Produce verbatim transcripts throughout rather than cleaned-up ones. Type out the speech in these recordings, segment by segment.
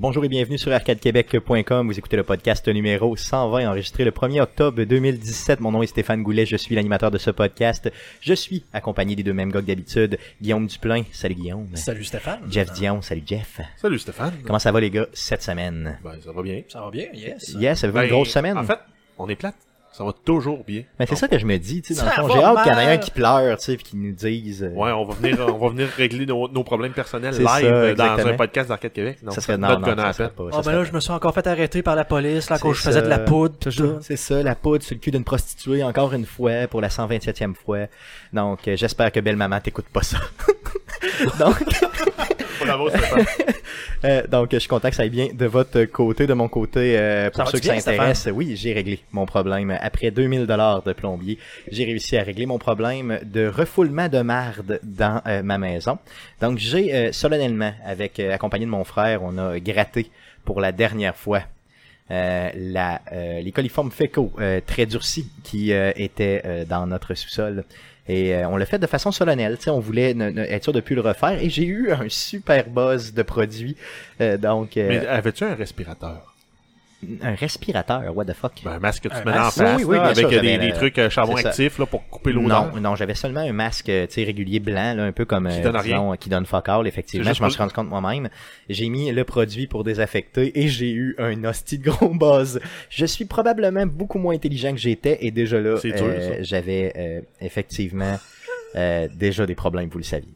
bonjour et bienvenue sur arcade québec point com. Vous écoutez le podcast numéro cent vingt, enregistré le premier octobre deux mille dix-sept. Mon nom est Stéphane Goulet, je suis l'animateur de ce podcast. Je suis accompagné des deux mêmes gars que d'habitude. Guillaume Duplain, salut Guillaume. Salut Stéphane. Jeff Dion, salut Jeff. Salut Stéphane. Comment ça va les gars cette semaine? Ben, ça va bien. Ça va bien, yes. Yes, ça va Ben, une grosse semaine. En fait, on est plate. Ça va toujours bien. Mais c'est Donc, ça que je me dis, tu sais, dans le Ça fond, va j'ai hâte qu'il y en ait mal. un qui pleure, tu sais, puis qui nous dise... euh, Ouais, on va venir, on va venir régler nos, nos problèmes personnels C'est live ça, euh, dans exactement. un podcast d'Arcade Québec. Non, ça serait non, notre non, gonne ça à serait peine. pas, ça Ah ben serait là, je me suis encore fait arrêter par la police, là, quand C'est je faisais de la ça. poudre, tout ça. C'est ça, la poudre sur le cul d'une prostituée, encore une fois, pour la cent vingt-septième fois. Donc, euh, j'espère que Belle Maman t'écoute pas ça. Donc, Bravo, Stéphane. euh, donc, je suis content que ça aille bien de votre côté, de mon côté. Euh, Ça pour ceux va-tu qui bien, s'intéressent, oui, j'ai réglé mon problème. Après deux mille dollars de plombier, j'ai réussi à régler mon problème de refoulement de marde dans euh, ma maison. Donc, j'ai euh, solennellement, avec euh, accompagné de mon frère, on a gratté pour la dernière fois Euh, la, euh, les coliformes fécaux euh, très durcis qui euh, étaient euh, dans notre sous-sol. Et euh, on l'a fait de façon solennelle, tu sais, on voulait ne, ne, être sûr de plus le refaire. Et j'ai eu un super buzz de produits. Euh, donc, euh, Mais avais-tu un respirateur? un respirateur, what the fuck? Ben, un masque que tu Un mets en masque? face, Oui, oui, là, bien avec sûr, des, j'avais des le- trucs euh, charbon c'est ça. actif là, pour couper l'odeur. Non, non, j'avais seulement un masque, tu sais, régulier blanc, là, un peu comme, Qui euh, donne rien. disons, qui donne fuck all, effectivement. C'est juste Je m'en pour- suis rendu compte moi-même. J'ai mis le produit pour désaffecter et j'ai eu un hostie de gros buzz. Je suis probablement beaucoup moins intelligent que j'étais et déjà là, C'est dur, euh, ça. j'avais euh, effectivement euh, déjà des problèmes, vous le saviez.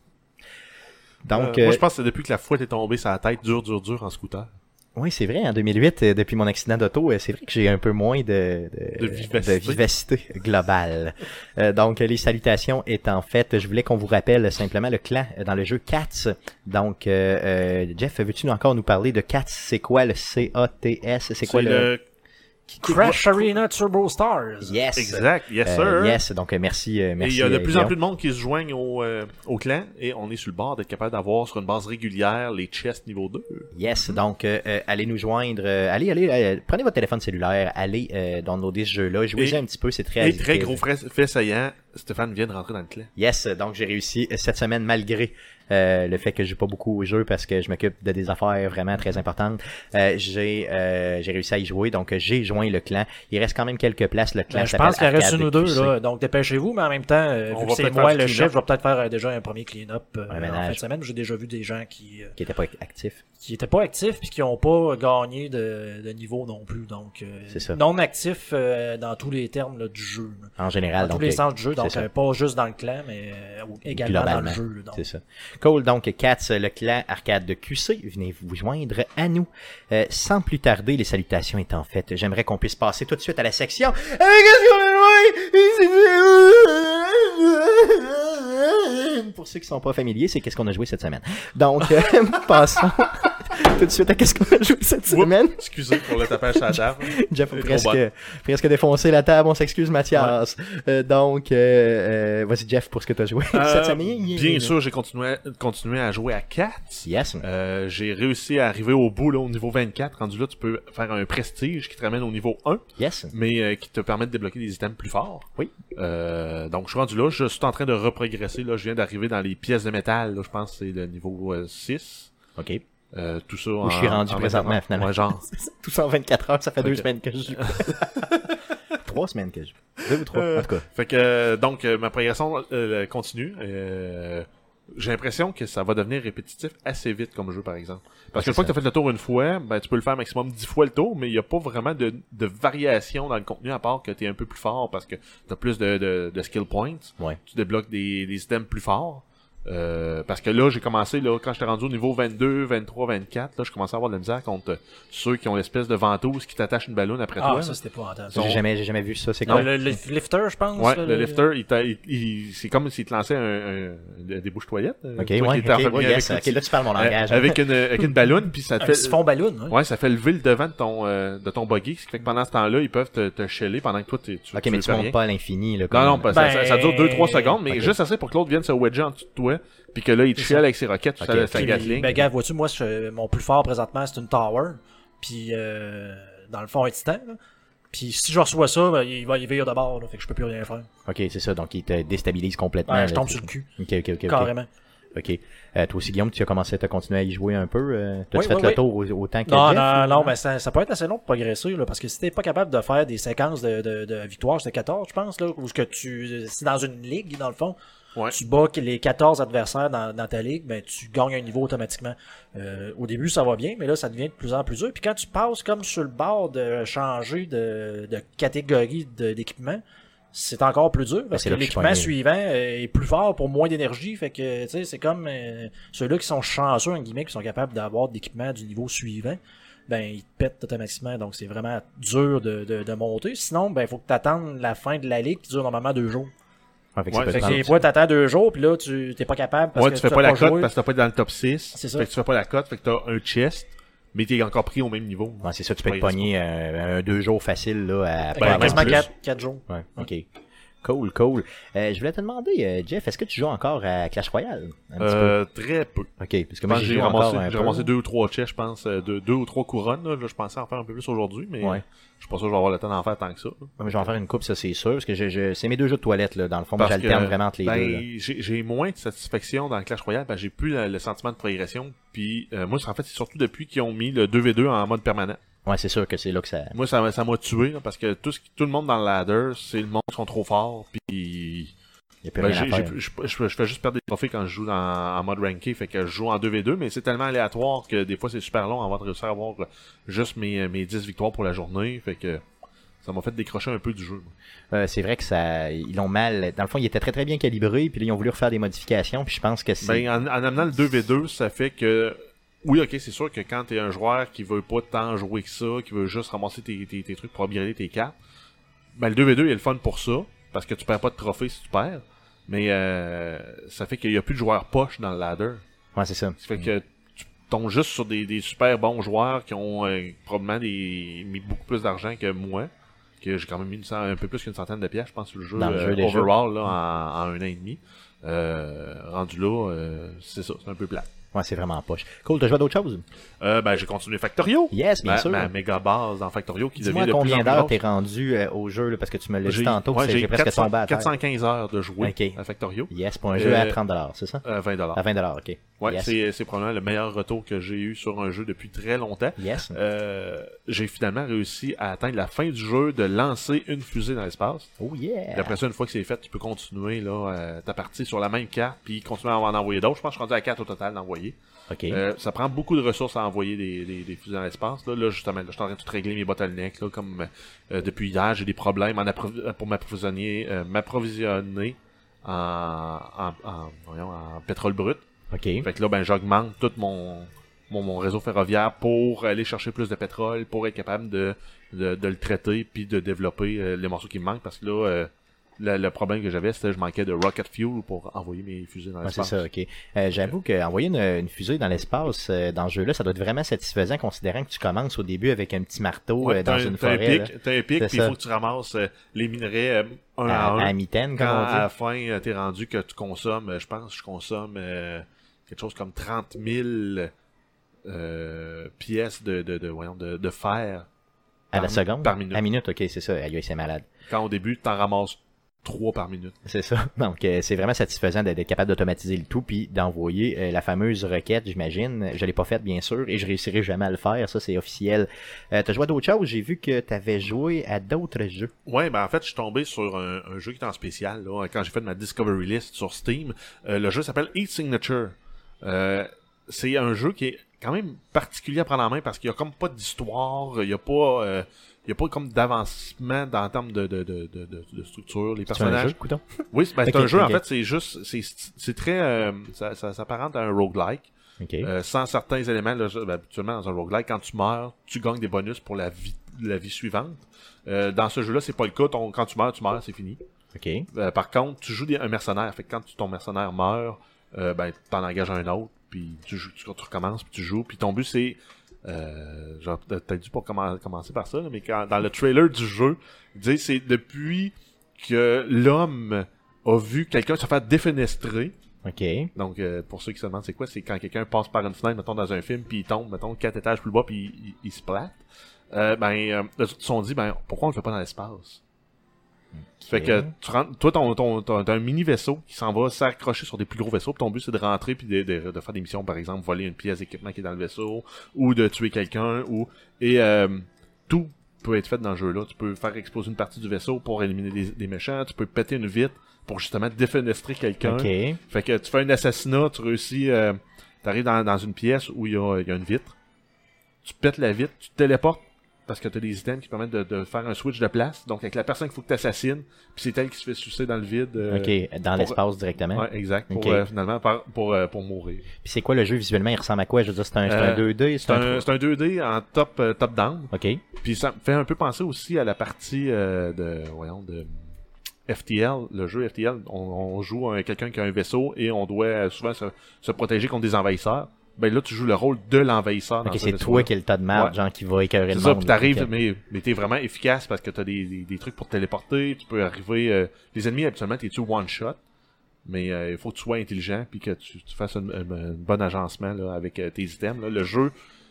Donc, Euh, euh, Moi, je pense que c'est depuis que la fouette est tombée sur la tête, dur, dur, dur en scooter. oui, c'est vrai, en deux mille huit, euh, depuis mon accident d'auto, euh, c'est vrai que j'ai un peu moins de, de, De vivacité. de vivacité globale. Euh, donc, les salutations étant faites, je voulais qu'on vous rappelle simplement le clan euh, dans le jeu Cats. Donc, euh, euh, Jeff, veux-tu encore nous parler de Cats? C'est quoi le C A T S? C'est quoi C'est le... le... Crash Arena Turbo Stars. Yes! Exact, yes sir. Euh, yes, donc euh, merci, euh, Et merci. il y a de euh, plus en Guillaume. plus de monde qui se joignent au, euh, au clan et on est sur le bord d'être capable d'avoir sur une base régulière les chests niveau deux. Yes, donc euh, euh, allez nous joindre, euh, allez, allez, euh, prenez votre téléphone cellulaire, allez euh, downloader ce jeu-là, jouez-y Et- un petit peu, c'est très Et addictif. très gros frais- fait saillant, Stéphane vient de rentrer dans le clan. Yes, donc j'ai réussi cette semaine malgré euh, le fait que je joue pas beaucoup au jeu parce que je m'occupe de des affaires vraiment très importantes. Euh, j'ai euh, j'ai réussi à y jouer, donc j'ai joint le clan. Il reste quand même quelques places, le clan Ben, je s'appelle pense qu'il en reste Arcade une ou deux, Q C. là. Donc, dépêchez-vous, mais en même temps, euh, On vu va que c'est peut-être moi faire le du chef, clean-up. je vais peut-être faire euh, déjà un premier clean-up euh, Un en ménage. fin de semaine. J'ai déjà vu des gens qui, euh, qui était pas actif. qui étaient pas actifs puis qui ont pas gagné de, de niveau non plus. Donc, euh, C'est ça. non actifs euh, dans tous les termes là, du jeu. là. En général, Dans donc tous les euh, sens du jeu, donc c'est ça. euh, pas juste dans le clan, mais euh, également dans Globalement, le jeu. là, donc. c'est ça. Cool, donc Cats, le clan Arcade de Q C, venez vous joindre à nous. Euh, sans plus tarder, les salutations étant faites, j'aimerais qu'on puisse passer tout de suite à la section. Hey, qu'est-ce qu'on a joué? Pour ceux qui sont pas familiers, c'est qu'est-ce qu'on a joué cette semaine. Donc, euh, passons tout de suite à qu'est-ce qu'on a joué cette semaine. Oups, excusez pour le tapage à la table. Jeff a C'est trop presque, bon. presque défoncé la table, on s'excuse Mathias. Euh, donc, euh, euh, vas-y Jeff pour ce que tu as joué Euh, cette semaine. bien sûr, j'ai continué, continué à jouer à Cats. Yes. Euh, j'ai réussi à arriver au bout là, au niveau vingt-quatre. Rendu là, tu peux faire un prestige qui te ramène au niveau un, Yes. mais euh, qui te permet de débloquer des items plus forts. Oui. Euh, donc, je suis rendu là. Je suis en train de reprogresser. Là. Je viens d'arriver dans les pièces de métal. Là. Je pense que c'est le niveau euh, six. OK. Euh, tout ça Où en, je suis rendu en présentement, vingt-quatre. finalement. Ouais, genre. Tout ça en vingt-quatre heures, ça fait deux Ok. semaines que je joue. Trois semaines que je joue. Deux ou trois, Euh, en tout cas. Fait que, euh, donc, euh, ma progression euh, continue. Euh, j'ai l'impression que ça va devenir répétitif assez vite comme jeu, par exemple. Parce Ouais, que une c'est fois que tu as fait le tour une fois, ben, tu peux le faire maximum dix fois le tour, mais il n'y a pas vraiment de, de variation dans le contenu à part que tu es un peu plus fort parce que tu as plus de, de, de skill points. Ouais. Tu débloques des, des items plus forts. Euh, parce que là, j'ai commencé, là, quand j'étais rendu au niveau vingt-deux, vingt-trois, vingt-quatre, là, je commençais à avoir de la misère contre ceux qui ont l'espèce de ventouse qui t'attache une ballonne après Ah, toi. ça, là. c'était pas entendre. Son- J'ai jamais, j'ai jamais vu ça. C'est Non, quoi? le, le lifter, je pense. Ouais, là, le lifter, il t'a, il, il- c'est comme s'il te lançait un, un, un- des bouches toilettes. euh, Ok, toi ouais, qui étais en ok, famille ouais, avec yes, le ok, petit- là tu parles mon euh, langage. avec une, avec une ballonne, puis ça te Un fait, siphon ballon. Ouais. ouais, ça fait lever le devant de ton, euh, de ton buggy, ce qui fait que pendant ce temps-là, ils peuvent te, te sheller pendant que toi, t'es- tu, Ok, tu mais fais tu montes rien. pas à l'infini, là. Non, comme- non, pas- ça, Ben, ça, ça dure deux trois secondes, mais ok. juste assez pour que l'autre vienne se wedger en dessous de toi, puis que là, il te C'est shell ça. avec ses roquettes, tout Ok, ça, ok. sa Puis, Gatling. ben, gars, vois-tu, moi, je- mon plus fort présentement, c'est une tower. Puis, euh, dans le fond, un titan. Là. Puis, si je reçois ça, ben, il va y vire de bord, là, fait que je peux plus rien faire. Ok, c'est ça. Donc, il te déstabilise complètement. Ouais, là. je tombe sur le cul, Ok, ok, ok. ok. carrément. OK. Euh, toi aussi, Guillaume, tu as commencé à continuer à y jouer un peu. Euh, T'as-tu Oui, fait oui, le oui. tour au- autant que Non, Jeff? non, ou- non, mais ça, ça peut être assez long pour progresser, là, parce que si t'es pas capable de faire des séquences de, de, de victoires, c'était quatorze, je pense, là, où ce que tu, si dans une ligue, dans le fond, Ouais. tu bats que les quatorze adversaires dans, dans ta ligue, ben, tu gagnes un niveau automatiquement. Euh, au début, ça va bien, mais là, ça devient de plus en plus dur. Puis quand tu passes comme sur le bord de changer de, de catégorie de- d'équipement, c'est encore plus dur parce c'est que là que je suis l'équipement pogné. suivant euh, est plus fort pour moins d'énergie. Fait que, tu sais, c'est comme euh, ceux-là qui sont chanceux, en guillemets, qui sont capables d'avoir d'équipement du niveau suivant, ben, ils te pètent automatiquement. Donc, c'est vraiment dur de, de, de monter. Sinon, ben, il faut que tu attendes la fin de la ligue qui dure normalement deux jours. Ouais, fait que Ouais, ça peut fait Fait prendre- que des fois, t'attends deux jours, puis là, tu t'es pas capable parce Ouais, que tu fais t'as pas la cote joué. parce que t'as pas été dans le top six. C'est ça. Fait que tu fais pas la cote, fait que t'as un chest, mais t'es encore pris au même niveau. Ouais, c'est ça, tu peux Ouais, te pogner euh, un deux jours facile là, à Fait pas que avoir quasiment plus. quatre, quatre jours. Ouais, ok. Cool, cool. Euh, je voulais te demander, euh, Jeff, est-ce que tu joues encore à Clash Royale? Un petit Euh, très peu. peu. Ok, parce que Je moi pense que j'ai j'ai joué encore ramassé, un j'ai peu. ramassé deux ou trois chests, je pense, euh, deux, deux ou trois couronnes. Là. Là, je pensais en faire un peu plus aujourd'hui, mais Ouais. je suis pas sûr que je vais avoir le temps d'en faire tant que ça. là. Ouais, mais je vais en faire une coupe, ça c'est sûr, parce que je, je, c'est mes deux jeux de toilette, là, dans le fond, moi Parce j'alterne que, vraiment entre les ben, deux. Là. J'ai, j'ai moins de satisfaction dans Clash Royale, parce que j'ai plus le, le sentiment de progression. Puis euh, moi, c'est- en fait, c'est surtout depuis qu'ils ont mis le deux v deux en mode permanent. Ouais, c'est sûr que c'est là que ça... Moi, ça, m'a- ça m'a tué, là, parce que tout, ce qui- tout le monde dans le ladder, c'est le monde qui sont trop forts, puis Il y a plus ben, rien à j'ai- faire. j'ai- je, je- je fais juste perdre des trophées quand je joue dans, en mode ranké, fait que je joue en deux v deux, mais c'est tellement aléatoire que des fois c'est super long avant de réussir à avoir juste mes, mes dix victoires pour la journée, fait que ça m'a fait décrocher un peu du jeu. moi. Euh, c'est vrai que ça... Ils l'ont mal... Dans le fond, il était très très bien calibré, puis là, ils ont voulu refaire des modifications, puis je pense que c'est... Ben, en, en amenant le deux v deux, ça fait que oui, ok, c'est sûr que quand t'es un joueur qui veut pas tant jouer que ça, qui veut juste ramasser tes, tes, tes trucs pour upgrader tes cartes, ben le deux v deux il est le fun pour ça, parce que tu perds pas de trophées si tu perds, mais euh, ça fait qu'il y a plus de joueurs poche dans le ladder. Ouais, c'est ça. Ça fait que tu tombes juste sur des, des super bons joueurs qui ont euh, probablement des, mis beaucoup plus d'argent que moi, que j'ai quand même mis une cent- un peu plus qu'une centaine de pièces, je pense, sur le jeu, Dans le jeu, euh, déjà. overall là, en, en un an et demi. Euh, rendu là, euh, c'est ça, c'est un peu plat. Ouais, c'est vraiment poche. Cool, t'as joué à d'autres choses? Euh, ben, j'ai continué Factorio. Yes, bien ma, sûr. ma méga base dans Factorio qui Dis-moi devient de plus combien en plus d'heures grosse. t'es rendu euh, au jeu, là, parce que tu me l'as dit J'ai tantôt, ouais, que j'ai j'ai presque quatre cents tombé à terre. quatre cent quinze heures de jouer Ok. à Factorio. Yes, pour un jeu Euh, à trente dollars, c'est ça? Euh, vingt dollars. À vingt dollars, ok. Ouais, Yes. c'est, c'est probablement le meilleur retour que j'ai eu sur un jeu depuis très longtemps. Yes. Euh, j'ai finalement réussi à atteindre la fin du jeu de lancer une fusée dans l'espace. Oh yeah! Et après ça, une fois que c'est fait, tu peux continuer là, euh, ta partie sur la même carte, puis continuer à en envoyer d'autres. Je pense que je suis rendu à quatre au total d'envoyer. Ok. Euh, ça prend beaucoup de ressources à envoyer des, des, des fusées dans l'espace. Là, là justement, là, je suis en train de tout régler mes bottlenecks. Là, comme euh, depuis hier, j'ai des problèmes en appro- pour m'approvisionner, euh, m'approvisionner en, en, en, voyons, en pétrole brut. ok. Fait que là, ben, j'augmente tout mon, mon, mon réseau ferroviaire pour aller chercher plus de pétrole, pour être capable de, de, de le traiter, puis de développer euh, les morceaux qui me manquent. Parce que là, euh, le, le problème que j'avais, c'était que je manquais de rocket fuel pour envoyer mes fusées dans Ouais, c'est l'espace. ça, ok. Euh, j'avoue qu'envoyer une, une fusée dans l'espace, euh, dans ce jeu-là, ça doit être vraiment satisfaisant, considérant que tu commences au début avec un petit marteau Ouais, euh, t'as dans un, une t'as un forêt. là. pic, t'as un pic, C'est puis il ça. faut que tu ramasses euh, les minerais euh, un À, à un. à la mitaine, comme Quand on à la dit. fin, euh, t'es rendu que tu consommes, euh, je pense, je consomme euh, quelque chose comme trente mille euh, pièces de, de, de, voyons, de, de fer À la par- seconde? par minute. À minute, ok, c'est ça. Aïe, c'est malade. Quand au début, t'en ramasses trois par minute. C'est ça. Donc, euh, c'est vraiment satisfaisant d'être d'être capable d'automatiser le tout puis d'envoyer euh, la fameuse requête, j'imagine. Je l'ai pas faite, bien sûr, et je réussirai jamais à le faire. Ça, c'est officiel. Euh, t'as joué à d'autres choses? J'ai vu que t'avais joué à d'autres jeux. Ouais, ben en fait, je suis tombé sur un, un jeu qui est en spécial, là, quand j'ai fait ma Discovery List sur Steam. Euh, le jeu s'appelle Heat Signature. Euh, c'est un jeu qui est quand même particulier à prendre en main parce qu'il y a comme pas d'histoire, il y a pas... Euh, il y a pas comme d'avancement dans en termes de, de, de, de, de, de structure. Les C'est un personnages. jeu, couteau? Oui, c'est ben, c'est Ok, un jeu, ok. en fait, c'est juste, c'est, c'est très, euh, ça, ça s'apparente à un roguelike. Ok. Euh, sans certains éléments, là, ben, habituellement, dans un roguelike, quand tu meurs, tu gagnes des bonus pour la vie, la vie suivante. Euh, dans ce jeu-là, c'est pas le cas. Ton, quand tu meurs, tu meurs, c'est fini. ok. Euh, par contre, tu joues des, un mercenaire. Fait que quand tu, ton mercenaire meurt, euh, ben, t'en engages un autre, puis tu, joues, tu, tu recommences, puis tu joues. Puis ton but, c'est... Euh, genre, peut-être dû pas commen- commencer par ça, là, mais quand, dans le trailer du jeu, il dit c'est depuis que l'homme a vu quelqu'un se faire défenestrer. Ok. Donc, euh, pour ceux qui se demandent c'est quoi, c'est quand quelqu'un passe par une fenêtre, mettons, dans un film, puis il tombe, mettons, quatre étages plus bas, puis il, il, il se plate. Euh, ben, euh, ils se sont dit, ben, pourquoi on le fait pas dans l'espace? Fait que tu rentres, toi, ton, ton, ton, t'as un mini vaisseau qui s'en va s'accrocher sur des plus gros vaisseaux. Puis ton but, c'est de rentrer puis de, de, de faire des missions, par exemple, voler une pièce d'équipement qui est dans le vaisseau, ou de tuer quelqu'un, ou et euh, tout peut être fait dans le jeu-là. Tu peux faire exploser une partie du vaisseau pour éliminer des, des méchants. Tu peux péter une vitre pour justement défenestrer quelqu'un. Okay. Fait que tu fais un assassinat, tu réussis, euh, t'arrives dans, dans une pièce où il y a, il y a une vitre. Tu pètes la vitre, tu te téléportes. Parce que t'as des items qui permettent de, de faire un switch de place. Donc, avec la personne qu'il faut que t'assassines, puis c'est elle qui se fait sucer dans le vide. Euh, ok, dans pour... l'espace directement. Ouais, exact. Pour, okay. euh, finalement, pour, pour, euh, pour mourir. Puis c'est quoi le jeu visuellement? Il ressemble à quoi? Je veux dire, c'est un, c'est euh, un deux D? C'est un, c'est un deux D en top, euh, top down. Ok. Puis ça me fait un peu penser aussi à la partie euh, de, voyons, de F T L. Le jeu F T L, on, on joue un, quelqu'un qui a un vaisseau et on doit souvent se, se protéger contre des envahisseurs. Ben là, tu joues le rôle de l'envahisseur. Ok, c'est toi qui es le tas de merde, ouais. genre qui va écœurer c'est le ça, monde. puis t'arrives, okay. mais, mais t'es vraiment efficace parce que t'as des, des, des trucs pour te téléporter, tu peux arriver... Euh, les ennemis, habituellement, t'es-tu one-shot, mais euh, il faut que tu sois intelligent puis que tu, tu fasses un, un, un bon agencement là, avec euh, tes items. Là. Le jeu,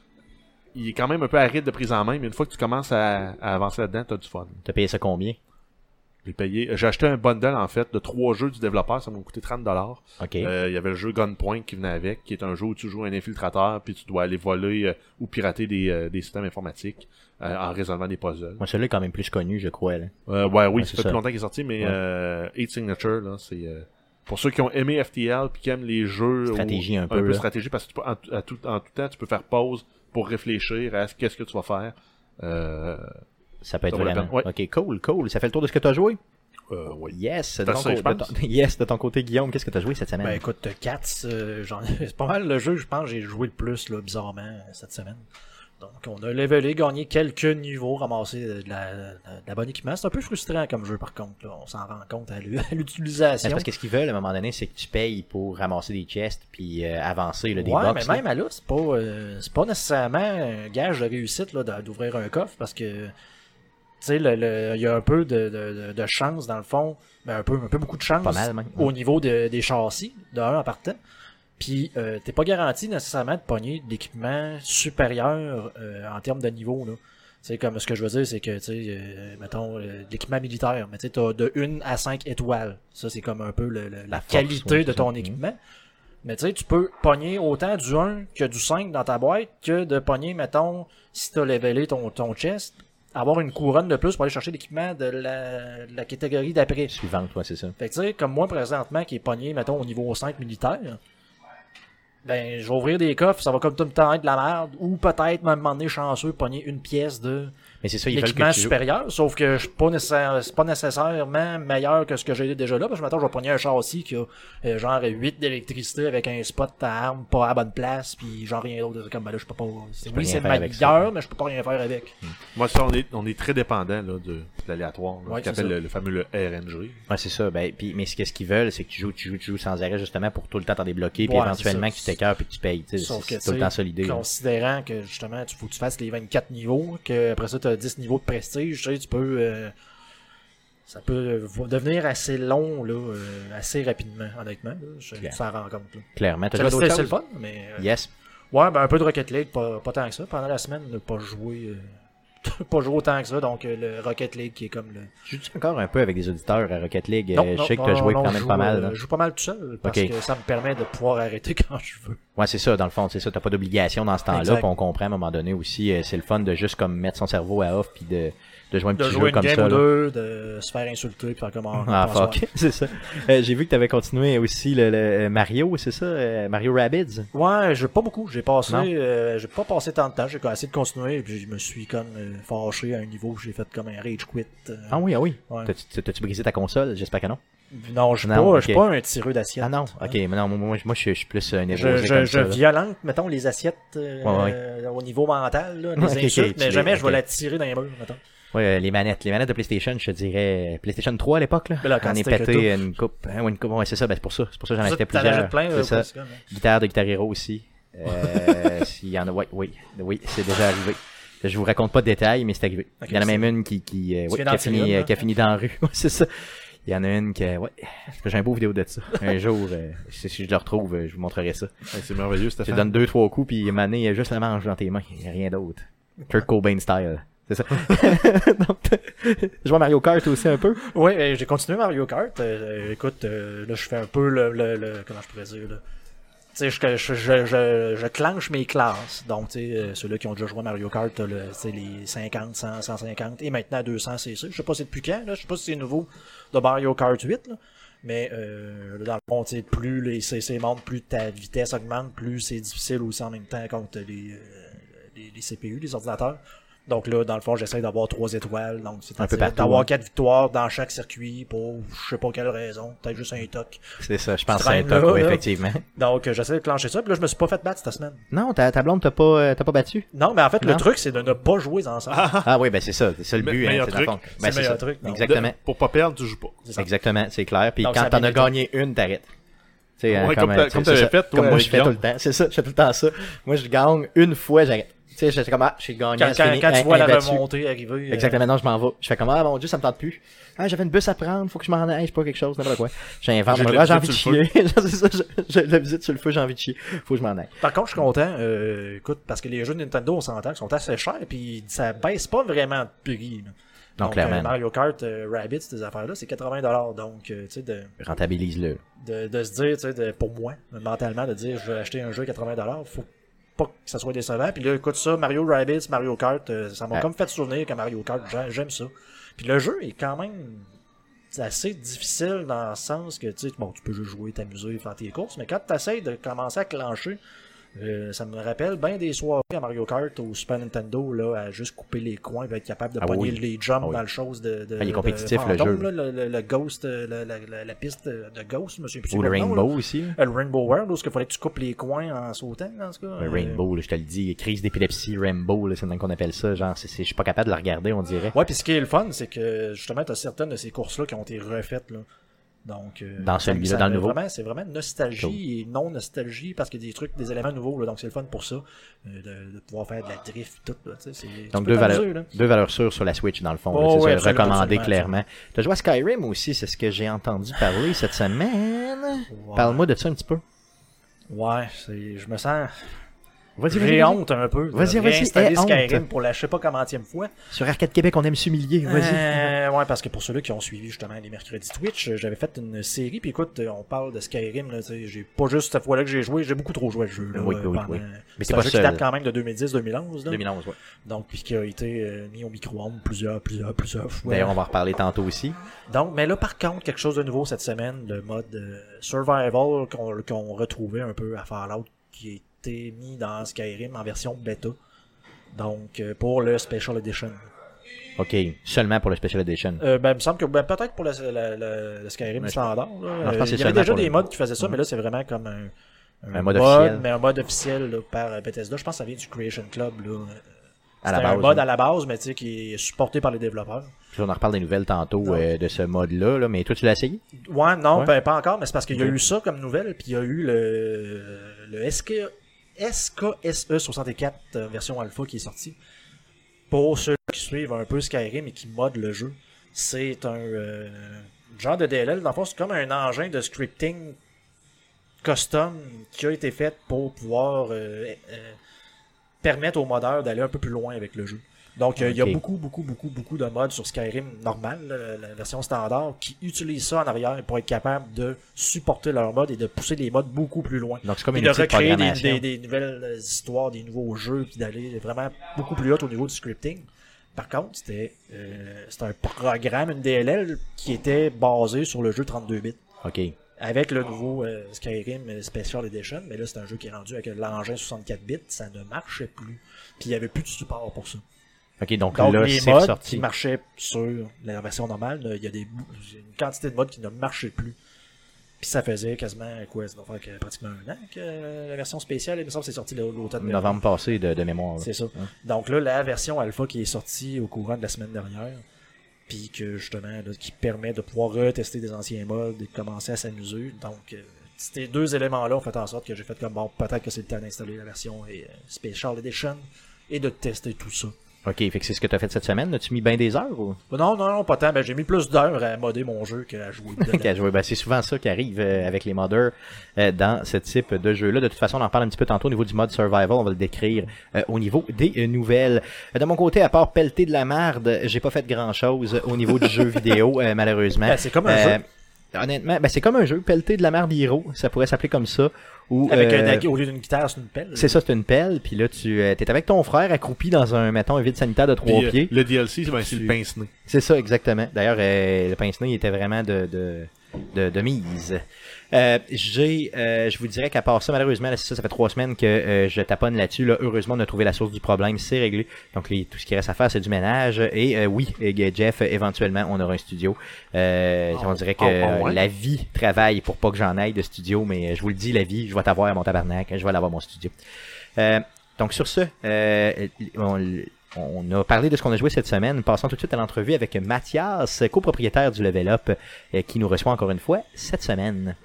il est quand même un peu aride de prise en main, mais une fois que tu commences à, à avancer là-dedans, t'as du fun. T'as payé ça combien? J'ai payé. J'ai acheté un bundle en fait de trois jeux du développeur, ça m'a coûté trente dollars. Ok. Euh, il y avait le jeu Gunpoint qui venait avec, qui est un jeu où tu joues un infiltrateur puis tu dois aller voler euh, ou pirater des, euh, des systèmes informatiques euh, en résolvant des puzzles. Moi, celui-là est quand même plus connu, je crois. Là. Euh, ouais, oui, ouais, ça c'est fait ça. plus longtemps qu'il est sorti, mais Ouais. euh, Eight Signature, là, c'est euh, pour ceux qui ont aimé F T L puis qui aiment les jeux Stratégie où, un peu, peu là. stratégie parce que tu peux, en, à tout, en tout temps tu peux faire pause pour réfléchir à ce qu'est-ce que tu vas faire. Euh, Ça peut être Ça vaut la vraiment. peine, ouais. Ok, cool, cool. Ça fait le tour de ce que t'as joué? euh, oui. Yes, de T'as ton, ça, co- je de pense. ton... yes, de ton côté, Guillaume, qu'est-ce que t'as joué cette semaine? Ben écoute, Cats, euh, j'en... c'est pas mal le jeu, je pense, que j'ai joué le plus, là, bizarrement, cette semaine. Donc, on a levelé, gagné quelques niveaux, ramassé de la, de la bonne équipement. C'est un peu frustrant comme jeu, par contre, là. On s'en rend compte à l'u- à l'utilisation. Ben, parce que ce qu'ils veulent, à un moment donné, c'est que tu payes pour ramasser des chests puis euh, avancer là, des ouais, box. mais là. même à là, c'est pas, euh, c'est pas nécessairement un gage de réussite là, de- d'ouvrir un coffre parce que tu sais, le, le, il y a un peu de, de, de, de chance dans le fond, ben un peu, un peu beaucoup de chance Pas mal, même. au niveau de, des châssis, de un en partant. Puis euh, t'es pas garanti nécessairement de pogner d'équipement supérieur euh, en termes de niveau là. C'est comme ce que je veux dire, c'est que tu sais, euh, mettons euh, l'équipement militaire, mais tu sais, t'as de une à cinq étoiles. Ça c'est comme un peu le, le- la, force, qualité ouais, de c'est ton ça. équipement. Mais tu sais, tu peux pogner autant du un que du cinq dans ta boîte que de pogner, mettons, si t'as levelé ton, ton chest, avoir une couronne de plus pour aller chercher l'équipement de la, de la catégorie d'après. Suivante, ouais, c'est ça. Fait que tu sais, comme moi présentement qui est pogné, mettons, au niveau cinq militaire, ben je vais ouvrir des coffres, ça va comme tout le temps être de la merde, ou peut-être même à un moment donné chanceux pogner une pièce de Mais c'est ça, ils veulent l'équipement que tu joues. supérieur, sauf que je suis pas nécessaire, c'est pas nécessairement meilleur que ce que j'ai déjà là, parce que maintenant je vais pogner un châssis qui a euh, genre huit d'électricité avec un spot à arme pas à la bonne place, puis genre rien d'autre. C'est comme ben là je peux pas. C'est, peux oui, rien c'est faire avec meilleur, mais je peux pas rien faire avec. Moi, ça, on est, on est très dépendant là, de, de l'aléatoire, là, Ouais, ce qu'on c'est appelle ça. le, le fameux le R N G. Ouais, c'est ça. Ben, puis, mais ce que- ce qu'ils veulent, c'est que tu joues, tu joues, tu joues sans arrêt, justement, pour tout le temps t'en débloquer, puis Ouais, éventuellement c'est que ça. tu t'écœures puis que tu payes. tu sais, Sauf C'est que, c'est tout le tu sais, temps ça l'idée. là. Considérant que justement, tu faut que tu fasses les vingt-quatre niveaux, que après ça, tu as dix niveaux de prestige, tu sais, tu peux. euh, ça peut euh, devenir assez long, là, euh, assez rapidement, honnêtement. Là, je Claire. ça rend compte. Là. Clairement. T'as Ça, joué à c'est, d'autres c'est le choses? fun, mais. euh, Yes. Ouais, ben un peu de Rocket League, pas, pas tant que ça. Pendant la semaine, on n'a pas joué. Euh, pas joué autant que ça, donc euh, le Rocket League qui est comme le. Tu joues encore un peu avec des auditeurs à Rocket League? Non, Euh, non, je sais que non, t'as joué non, quand je même joue, pas mal. euh, là. Je joue pas mal tout seul parce Ok. que ça me permet de pouvoir arrêter quand je veux. Ouais, c'est ça, dans le fond, c'est ça. T'as pas d'obligation dans ce temps-là, Exact. puis on comprend à un moment donné aussi. euh, c'est le fun de juste comme mettre son cerveau à off puis de, de jouer un De petit jouer jeu une comme game ça. ou là. deux, de se faire insulter puis faire comme un. Ah, fuck. c'est ça. Euh, j'ai vu que t'avais continué aussi le, le Mario, c'est ça? euh, Mario Rabbids? Ouais, j'ai pas beaucoup. J'ai passé, Non. euh, j'ai pas passé tant de temps. J'ai essayé de continuer et puis je me suis comme euh, fâché à un niveau où j'ai fait comme un rage quit. euh. Ah oui, ah oui. Ouais. T'as-tu, t'as-tu brisé ta console? J'espère que non. Non, je suis Non, pas, je suis ok. pas un tireux d'assiette. Ah non, ok, mais non, moi, moi, moi, je, je suis plus un Je, névrosé je, comme je ça, là. violente, mettons, les assiettes euh, Ouais, euh, au niveau mental, là, les Ok, ok, insultes, tu mais les- jamais je ok. vais la tirer dans les murs, mettons. Ouais, euh, les manettes, les manettes de PlayStation, je te dirais PlayStation trois à l'époque là. Mais là, quand J'en ai c'était que pété une coupe, hein, ouais, une coupe, ouais, c'est ça, ben c'est pour ça, c'est pour ça que j'en ai Ça, acheté t'en plusieurs. achètes plein, c'est euh, ça. presque, hein. Guitare de Guitar Hero aussi. Euh, s'il y en a, oui, oui, oui, c'est déjà arrivé. Je vous raconte pas de détails, mais c'est arrivé. Ok, Il y en a c'est- même une qui, qui, euh, Tu ouais, viens qui d'en a tirer fini, une, euh, là? qui a fini dans la rue. Ouais, c'est ça. Il y en a une qui, ouais, j'ai un beau vidéo de ça. Un jour, euh, si, si je le retrouve, euh, je vous montrerai ça. Ouais, c'est merveilleux, Tu te Stéphane. donnes deux, trois coups, puis mané, juste la manche dans tes mains. Il n'y a rien d'autre. Kurt Cobain style. C'est ça. Donc, je joue à Mario Kart aussi un peu. Oui, euh, j'ai continué Mario Kart. Euh, écoute, euh, là, je fais un peu le, le, le comment je pourrais dire, là. Tu sais, je, je, je, je, je clenche mes classes. Donc, tu sais, euh, ceux-là qui ont déjà joué à Mario Kart, t'as le, tu sais, les cinquante, cent, cent cinquante et maintenant deux cents C C. Je sais pas c'est depuis quand, là. Je sais pas si c'est nouveau de Mario Kart huit, là. Mais, euh, dans le fond, tu sais, plus les C C montent, plus ta vitesse augmente, plus c'est difficile aussi en même temps contre les, euh, les, les C P U, les ordinateurs. Donc là, dans le fond, j'essaie d'avoir trois étoiles. Donc, c'est d'avoir quatre victoires dans chaque circuit pour je sais pas quelle raison. Peut-être juste un toc. C'est ça, je pense que c'est un toc, oui, effectivement. Donc, euh, j'essaie de clencher ça. Puis là, je me suis pas fait battre cette semaine. Non, ta, ta blonde t'a pas, euh, t'as pas battu? Non, mais en fait, non? le truc, c'est de ne pas jouer ensemble. Ah, ah oui, ben c'est ça. C'est ça le but. Me Hein, c'est truc. Ben, c'est le meilleur ça. truc. Non. Exactement. De, pour pas perdre, tu joues pas. Exactement, c'est clair. Puis donc, quand t'en as gagné une, t'arrêtes. Ouais, hein, comme comme, comme t'avais fait, toi, comme moi je fais Guillaume. tout le temps. C'est ça, je fais tout le temps ça. Moi je gagne une fois, j'arrête. Tu sais, j'étais comme, ah, j'ai gagné, Quand, c'est quand, fini, quand tu hein, vois la imbattu. remontée arriver. euh, Exactement, non, je m'en vais. Je fais comme, ah mon dieu, ça me tente plus. Ah, j'avais une bus à prendre, faut que je m'en aille, je sais pas quelque chose, n'importe quoi. J'invente, J'ai de ah, la j'ai envie de visite sur le chier. c'est ça, je- je- la visite sur le feu, j'ai envie de chier. Faut que je m'en aille. Par contre, je suis content, euh, écoute, parce que les jeux de Nintendo, on s'entend, qu'ils sont assez chers, puis ça baisse pas vraiment de prix. Là. Non, Donc, clairement. euh, Mario Kart, euh, Rabbids, ces affaires-là, c'est quatre-vingts dollars. Donc, euh, tu sais, de, Rentabilise-le. de, de se dire, tu sais, de- pour moi, mentalement, de dire, je vais acheter un jeu à quatre-vingts dollars, faut pas que ça soit décevant. Puis là, écoute ça, Mario Rabbids, Mario Kart, euh, ça m'a Ouais. comme fait souvenir que Mario Kart, j'ai- j'aime ça. Puis le jeu est quand même assez difficile dans le sens que, tu sais, bon, tu peux juste jouer, t'amuser, faire tes courses, mais quand tu essaies de commencer à clencher, euh, ça me rappelle bien des soirées à Mario Kart au Super Nintendo, là, à juste couper les coins, et être capable de Ah pogner oui. les jumps Ah oui. dans le chose de, de, Ah, il est de compétitif, le fantôme, jeu. là, le, le, le Ghost, euh, la, la, la, la piste de Ghost, je me souviens plus Ou le c'est quoi nom, Rainbow là. aussi. Euh, Le Rainbow World, où il fallait que tu coupes les coins en sautant, en tout cas. Le Euh, Rainbow, là, je te le dis, crise d'épilepsie, Rainbow, là, c'est le même qu'on appelle ça. Genre, c'est, c'est- je suis pas capable de le regarder, on dirait. Ouais, puis ce qui est le fun, c'est que justement, t'as certaines de ces courses-là qui ont été refaites, là. Donc, euh, Dans ça- celui-là, ça dans le me- nouveau. Vraiment, c'est vraiment nostalgie Cool. et non nostalgie parce qu'il y a des trucs, des éléments nouveaux, là. Donc, c'est le fun pour ça, euh, de, de pouvoir faire de la drift et tout, là. Tu sais, c'est, tu Donc peux deux t'amuser, valeurs, là. deux valeurs sûres sur la Switch dans le fond. Oh, là, c'est ouais, ça, absolument, recommandé absolument, clairement. Tu as joué à Skyrim aussi, c'est ce que j'ai entendu parler cette semaine. Ouais. Parle-moi de ça un petit peu. Ouais, c'est, je me sens, Vas-y, vas-y. j'ai vas-y. honte un peu de Vas-y, vas-y, réinstaller aie Skyrim honte. pour la je sais pas combienième fois. Sur Arcade Québec, on aime s'humilier. Vas-y. Euh, ouais, parce que pour ceux-là qui ont suivi justement les mercredis Twitch, euh, j'avais fait une série, puis écoute, euh, on parle de Skyrim, là, tu sais, j'ai pas juste cette fois-là que j'ai joué, j'ai beaucoup trop joué à ce jeu. Là, Oui, euh, oui, pendant- oui. Mais c'est t'es un pas jeu seul. qui date quand même de deux mille dix deux mille onze. Là. deux mille onze, ouais. Donc, puis qui a été euh, mis au micro-ondes plusieurs, plusieurs, plusieurs fois. D'ailleurs, on va en reparler tantôt aussi. Donc, mais là, par contre, quelque chose de nouveau cette semaine, le mode euh, Survival qu'on qu'on retrouvait un peu à Fallout, qui a été mis dans Skyrim en version bêta. Donc, euh, pour le Special Edition. OK. Seulement pour le Special Edition. Euh, ben, il me semble que ben, peut-être pour le, le, le, le Skyrim Mais je- standard. Là. Non, je pense que Euh, c'est il y avait seulement déjà pour des le- modes qui faisaient ça, Mhm. mais là, c'est vraiment comme un, Un mode officiel. Mais un mode officiel là, par euh, Bethesda. Je pense que ça vient du Creation Club. Là. À la C'était un base, mode hein. à la base, mais tu sais, qui est supporté par les développeurs. Puis on en reparle des nouvelles tantôt Non. euh, de ce mode-là. Là. Mais toi, tu l'as essayé? Ouais, non, Ouais. ben, pas encore, mais c'est parce qu'il y a Ok. eu ça comme nouvelle, puis il y a eu le, le S K, S K S E soixante-quatre euh, version alpha qui est sorti. Pour ceux qui suivent un peu Skyrim et qui modent le jeu, c'est un euh, genre de D L L. Dans le fond, c'est comme un engin de scripting custom qui a été fait pour pouvoir euh, euh, permettre aux modeurs d'aller un peu plus loin avec le jeu. Donc, euh, il y a Ok. beaucoup, beaucoup, beaucoup, beaucoup de modes sur Skyrim normal, là, la version standard, qui utilisent ça en arrière pour être capable de supporter leur mode et de pousser les modes beaucoup plus loin. Donc, c'est comme Et une de petite recréer des, programmation. des, des nouvelles histoires, des nouveaux jeux, puis d'aller vraiment beaucoup plus haut au niveau du scripting. Par contre, c'était euh, c'était un programme, une D L L, qui était basé sur le jeu trente-deux bits. OK. Avec le nouveau euh, Skyrim Special Edition, mais là c'est un jeu qui est rendu avec l'engin soixante-quatre bits, ça ne marchait plus. Puis il n'y avait plus de support pour ça. OK, donc, Donc là, les c'est modes sorti. qui marchaient sur la version normale, il y a des bou- une quantité de modes qui ne marchaient plus. Puis ça faisait quasiment quoi, ça doit faire que pratiquement un an que euh, la version spéciale, il me semble que c'est sorti l'automne dernier. Novembre passé de, de mémoire. là. C'est ça. Hein? Donc là, la version alpha qui est sortie au courant de la semaine dernière, puis que justement, là, qui permet de pouvoir retester des anciens modes et de commencer à s'amuser. Donc, euh, ces deux éléments-là ont fait en sorte que j'ai fait comme bon, peut-être que c'est le temps d'installer la version euh, Special Edition et de tester tout ça. Ok, fait que c'est ce que t'as fait cette semaine. As-tu mis bien des heures ou? Non, non, non, pas tant. Ben, j'ai mis plus d'heures à modder mon jeu qu'à jouer dedans. Qu'à jouer. Ben, c'est souvent ça qui arrive euh, avec les modders euh, dans ce type de jeu-là. De toute façon, on en parle un petit peu tantôt au niveau du mode survival. On va le décrire euh, au niveau des euh, nouvelles. Euh, de mon côté, à part pelleter de la merde, j'ai pas fait grand-chose au niveau du jeu vidéo, euh, malheureusement. Ben, c'est comme un Euh, jeu. Honnêtement, ben c'est comme un jeu, pelleter de la merde hero, ça pourrait s'appeler comme ça. Ou, Avec euh, un, au lieu d'une guitare, c'est une pelle. c'est ça, c'est une pelle, puis là tu euh, t'es avec ton frère accroupi dans un mettons un vide sanitaire de trois Puis, euh, pieds. le D L C, ben, c'est Tu- le pince-nez. C'est ça exactement. D'ailleurs, euh, le pince-nez il était vraiment de de de, de mise. Euh, j'ai, euh, je vous dirais qu'à part ça, malheureusement, là, c'est ça, ça fait trois semaines que euh, je taponne là-dessus. Là, heureusement, on a trouvé la source du problème, c'est réglé. Donc, les, tout ce qui reste à faire, c'est du ménage. Et euh, oui, euh, Jeff, éventuellement, on aura un studio. Euh, Oh, on dirait que oh, oh, ouais. la vie travaille pour pas que j'en aille de studio, mais je vous le dis, la vie, je vais t'avoir mon tabarnak, je vais l'avoir mon studio. Euh, donc, sur ce, euh, on, on a parlé de ce qu'on a joué cette semaine. Passons tout de suite à l'entrevue avec Mathias, copropriétaire du Level Up, euh, qui nous reçoit encore une fois cette semaine.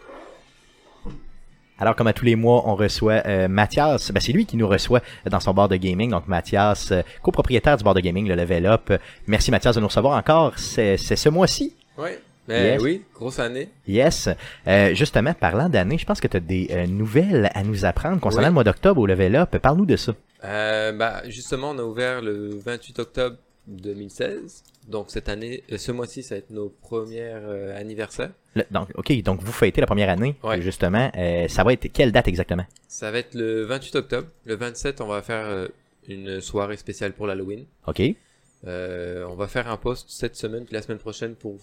Alors, comme à tous les mois, on reçoit euh, Mathias. Ben, c'est lui qui nous reçoit dans son bar de gaming. Donc, Mathias, euh, copropriétaire du bar de gaming, le Level Up. Merci, Mathias, de nous recevoir encore. C'est, c'est ce mois-ci. Oui, ben Yes. oui, grosse année. Yes. Euh, justement, parlant d'année, je pense que tu as des euh, nouvelles à nous apprendre concernant Oui. le mois d'octobre au Level Up. Parle-nous de ça. Euh, bah, justement, on a ouvert le vingt-huit octobre deux mille seize. Donc cette année, euh, ce mois-ci, ça va être nos premiers euh, anniversaires. Le- donc, OK, donc vous fêtez la première année, Ouais. justement. Euh, ça va être quelle date exactement? Ça va être le vingt-huit octobre. Le vingt-sept, on va faire euh, une soirée spéciale pour l'Halloween. OK. Euh, on va faire un post cette semaine puis la semaine prochaine pour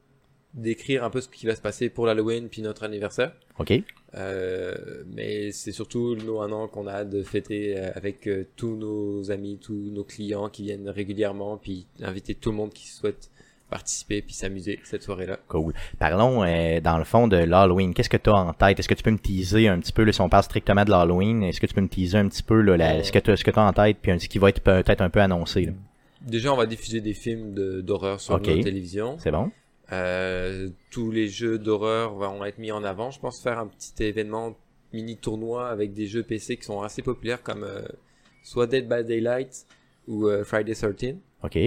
décrire un peu ce qui va se passer pour l'Halloween puis notre anniversaire. OK. Euh, mais c'est surtout nous un an qu'on a hâte de fêter euh, avec euh, tous nos amis, tous nos clients qui viennent régulièrement, puis inviter tout le monde qui souhaite participer puis s'amuser cette soirée-là. Cool. Parlons, euh, dans le fond, de l'Halloween. Qu'est-ce que tu as en tête? Est-ce que tu peux me teaser un petit peu, là, si on parle strictement de l'Halloween, est-ce que tu peux me teaser un petit peu là, la, Euh. ce que tu as en tête, puis un, ce qui va être peut-être un peu annoncé? Là. Déjà, on va diffuser des films de- d'horreur sur Ok. notre télévision. C'est bon? Euh, tous les jeux d'horreur vont être mis en avant. Je pense faire un petit événement mini tournoi avec des jeux P C qui sont assez populaires comme euh, soit Dead by Daylight ou euh, Friday treize. OK.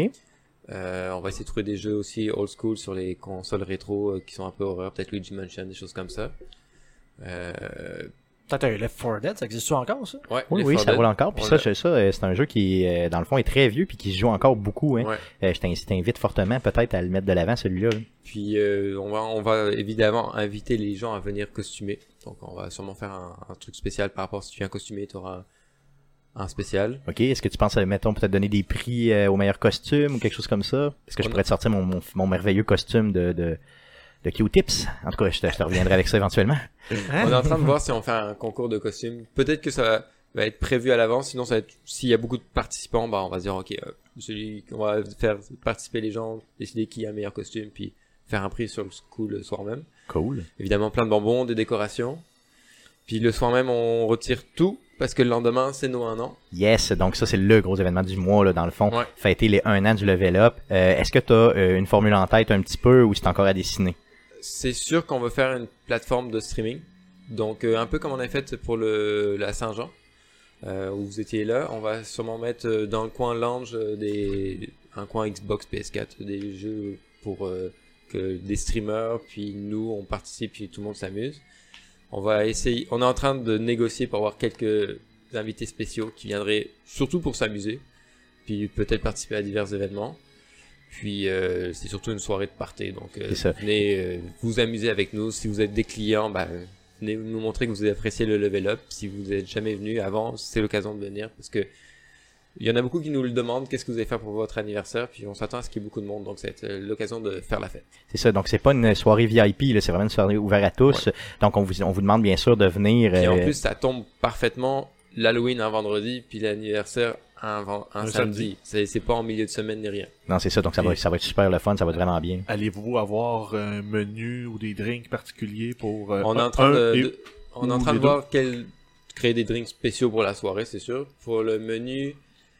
Euh, on va essayer de trouver des jeux aussi old school sur les consoles rétro euh, qui sont un peu horreur, peut-être Luigi Mansion, des choses comme ça. Euh, Peut-être un Left four Dead, ça existe encore, ça? ouais, Oui, Left oui, four ça Dead, roule encore. Puis on ça, l'a- je- ça, euh, c'est un jeu qui, euh, dans le fond, est très vieux puis qui se joue encore beaucoup. Hein. ouais. Euh, je t'in- je t'invite fortement peut-être à le mettre de l'avant, celui-là. là. Puis euh, on va on va évidemment inviter les gens à venir costumer. Donc on va sûrement faire un, un truc spécial par rapport si tu viens costumer, tu auras un spécial. OK. Est-ce que tu penses, euh, mettons, peut-être donner des prix euh, au meilleur costume ou quelque chose comme ça? Est-ce que je On a- pourrais te sortir mon, mon, mon merveilleux costume de, de, de Q-Tips? En tout cas, je te, je te reviendrai avec ça éventuellement. On est en train de voir si on fait un concours de costumes. Peut-être que ça va, va être prévu à l'avance, sinon ça va être s'il y a beaucoup de participants, bah on va se dire OK, euh, celui qu'on va faire participer les gens, décider qui a le meilleur costume puis faire un prix sur le coup le soir même. Cool. Évidemment plein de bonbons, des décorations. Puis le soir même on retire tout parce que le lendemain c'est nos un an. Yes, donc ça c'est le gros événement du mois là dans le fond. Ouais. Fêter les un an du Level Up. Euh, Est-ce que tu as une formule en tête un petit peu ou c'est encore à dessiner? C'est sûr qu'on veut faire une plateforme de streaming. Donc euh, un peu comme on a fait pour le la Saint-Jean euh, où vous étiez là, on va sûrement mettre euh, dans le coin lounge euh, des un coin Xbox P S quatre, des jeux pour euh, que des streamers puis nous on participe puis tout le monde s'amuse. On va essayer, on est en train de négocier pour avoir quelques invités spéciaux qui viendraient surtout pour s'amuser, puis peut-être participer à divers événements. Puis euh, c'est surtout une soirée de party, donc euh, C'est ça. venez euh, vous amuser avec nous. Si vous êtes des clients, bah, venez nous montrer que vous appréciez le level up. Si vous n'êtes jamais venu avant, c'est l'occasion de venir parce que il y en a beaucoup qui nous le demandent, qu'est-ce que vous allez faire pour votre anniversaire, puis on s'attend à ce qu'il y ait beaucoup de monde, donc c'est euh, l'occasion de faire la fête. C'est ça, donc c'est pas une soirée V I P, là, c'est vraiment une soirée ouverte à tous. Donc on vous, on vous demande bien sûr de venir. Puis en euh, plus, ça tombe parfaitement l'Halloween un vendredi, puis l'anniversaire un, ven- un Un samedi. C'est c'est pas en milieu de semaine ni rien. Non, c'est ça, donc ça va, ça va être super le fun, ça va être vraiment bien. Allez-vous avoir un menu ou des drinks particuliers pour euh, On est en un- train un de, et- de- on est en ou train de les deux? voir quel créer des drinks spéciaux pour la soirée, c'est sûr. Pour le menu,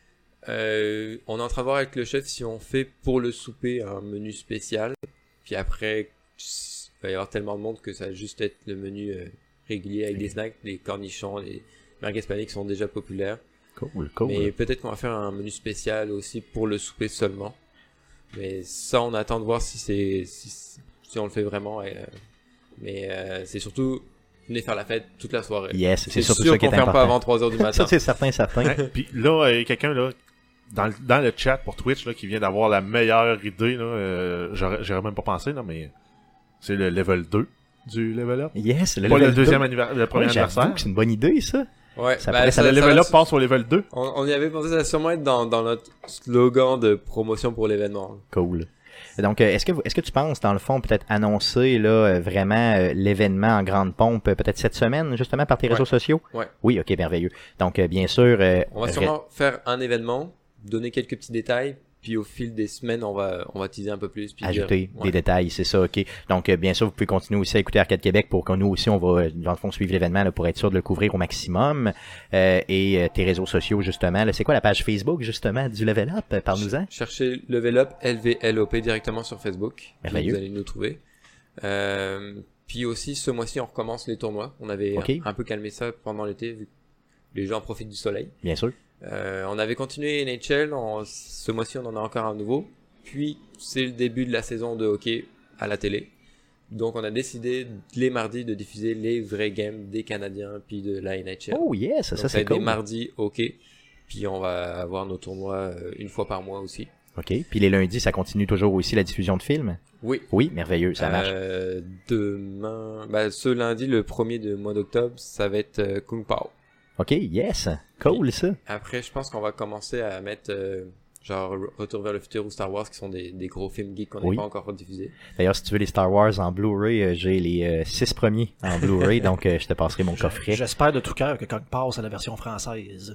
euh, on est en train de voir avec le chef si on fait pour le souper un menu spécial. Puis après, il va y avoir tellement de monde que ça va juste être le menu euh, régulier avec des snacks, des cornichons, les merguez panées qui sont déjà populaires. Cool, cool. Mais peut-être qu'on va faire un menu spécial aussi pour le souper seulement. Mais ça, on attend de voir si c'est si, si on le fait vraiment. Et, euh, mais euh, c'est surtout venez faire la fête toute la soirée. Yes, c'est, C'est surtout sûr ça qui est qu'on ferme important. pas avant trois heures du matin. Ça, c'est certain, certain. Ouais, puis là, il y a quelqu'un là dans le, dans le chat pour Twitch là qui vient d'avoir la meilleure idée là. Euh, j'aurais, j'aurais même pas pensé là, mais c'est le level deux du level up. Yes, le Pas level le deuxième deux. anniversaire, le premier Ouais, j'avoue anniversaire. que c'est une bonne idée, ça. Ouais, Ça bah, pourrait- Ça, ça- le ça level va- up passe au level deux. On, on y avait pensé, ça va sûrement être dans, dans notre slogan de promotion pour l'événement. Cool. Donc, euh, est-ce que vous- est-ce que tu penses, dans le fond, peut-être annoncer là euh, vraiment euh, l'événement en grande pompe, euh, peut-être cette semaine, justement, par tes Ouais. réseaux sociaux? Ouais. Oui, ok, merveilleux. Donc, euh, bien sûr... euh, On va ré- sûrement faire un événement, donner quelques petits détails, puis au fil des semaines, on va, on va teaser un peu plus. Puis ajouter dire- des ouais. détails, c'est ça, ok. Donc, euh, bien sûr, vous pouvez continuer aussi à écouter Arcade Québec pour que nous aussi, on va, euh, dans le fond, suivre l'événement là, pour être sûr de le couvrir au maximum. Euh, et euh, tes réseaux sociaux, justement. Là, c'est quoi la page Facebook, justement, du Level Up? Euh, Parle-nous-en. Cherchez Level Up, L V L O P directement sur Facebook. Puis Merveilleux. vous allez nous trouver. Euh, puis aussi, ce mois-ci, on recommence les tournois. On avait Ok. un, un peu calmé ça pendant l'été, vu que les gens profitent du soleil. Bien sûr. Euh, on avait continué N H L, en- ce mois-ci on en a encore un nouveau. Puis c'est le début de la saison de hockey à la télé. Donc on a décidé les mardis de diffuser les vrais games des Canadiens puis de la N H L. Oh, yes, ça, Donc, c'est va être des cool. mardis hockey. Puis on va avoir nos tournois euh, une fois par mois aussi. Ok. Puis les lundis, ça continue toujours aussi la diffusion de films? Oui. Oui, merveilleux, ça marche. Euh, demain, bah, ce lundi, le premier de mois d'octobre, ça va être euh, Kung Pao. Ok, yes. Cool, ça. Après, je pense qu'on va commencer à mettre euh, genre Retour vers le futur ou Star Wars, qui sont des, des gros films geeks qu'on n'a Oui. pas encore diffusés. D'ailleurs, si tu veux les Star Wars en Blu-ray, euh, j'ai les euh, six premiers en Blu-ray, donc euh, je te passerai mon coffret. J'espère de tout cœur que quand on passe à la version française.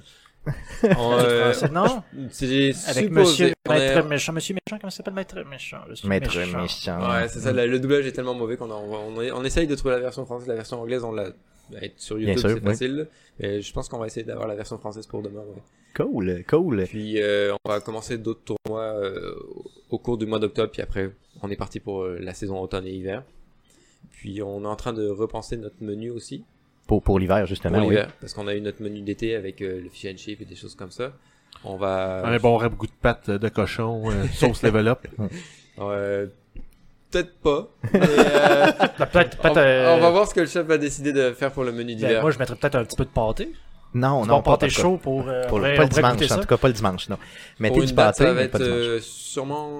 On, euh, Français, non? c'est Avec supposé- monsieur on est- Maître Méchant. Monsieur Méchant, comment ça s'appelle Maître Méchant? Je suis Maître méchant. Ouais, c'est ça, le, le doublage est tellement mauvais qu'on a- on, on, on essaye de trouver la version française, la version anglaise, on l'a être sur Bien YouTube, sûr, c'est oui. facile. Mais je pense qu'on va essayer d'avoir la version française pour demain. Ouais. Cool, cool. Puis euh, on va commencer d'autres tournois euh, au cours du mois d'octobre, puis après on est parti pour euh, la saison automne et hiver. Puis on est en train de repenser notre menu aussi Pour, pour l'hiver, justement, pour oui. l'hiver, parce qu'on a eu notre menu d'été avec euh, le fish and chip et des choses comme ça. On va Un bon ragoût de pâte de cochon, euh, sauce level up. euh, peut-être pas. Mais, euh, Peut-être, on, peut-être, euh, on va voir ce que le chef va décider de faire pour le menu ben, d'hiver. moi, je mettrais peut-être un petit peu de pâté. Non, Du non, bon pas, pâté pas, chaud pour, euh, pour le- après, pas on le pourrait dimanche, goûter en ça. tout cas pas le dimanche, non. Mettez Pour du une date, pâté, ça va mais être pas le dimanche. euh, sûrement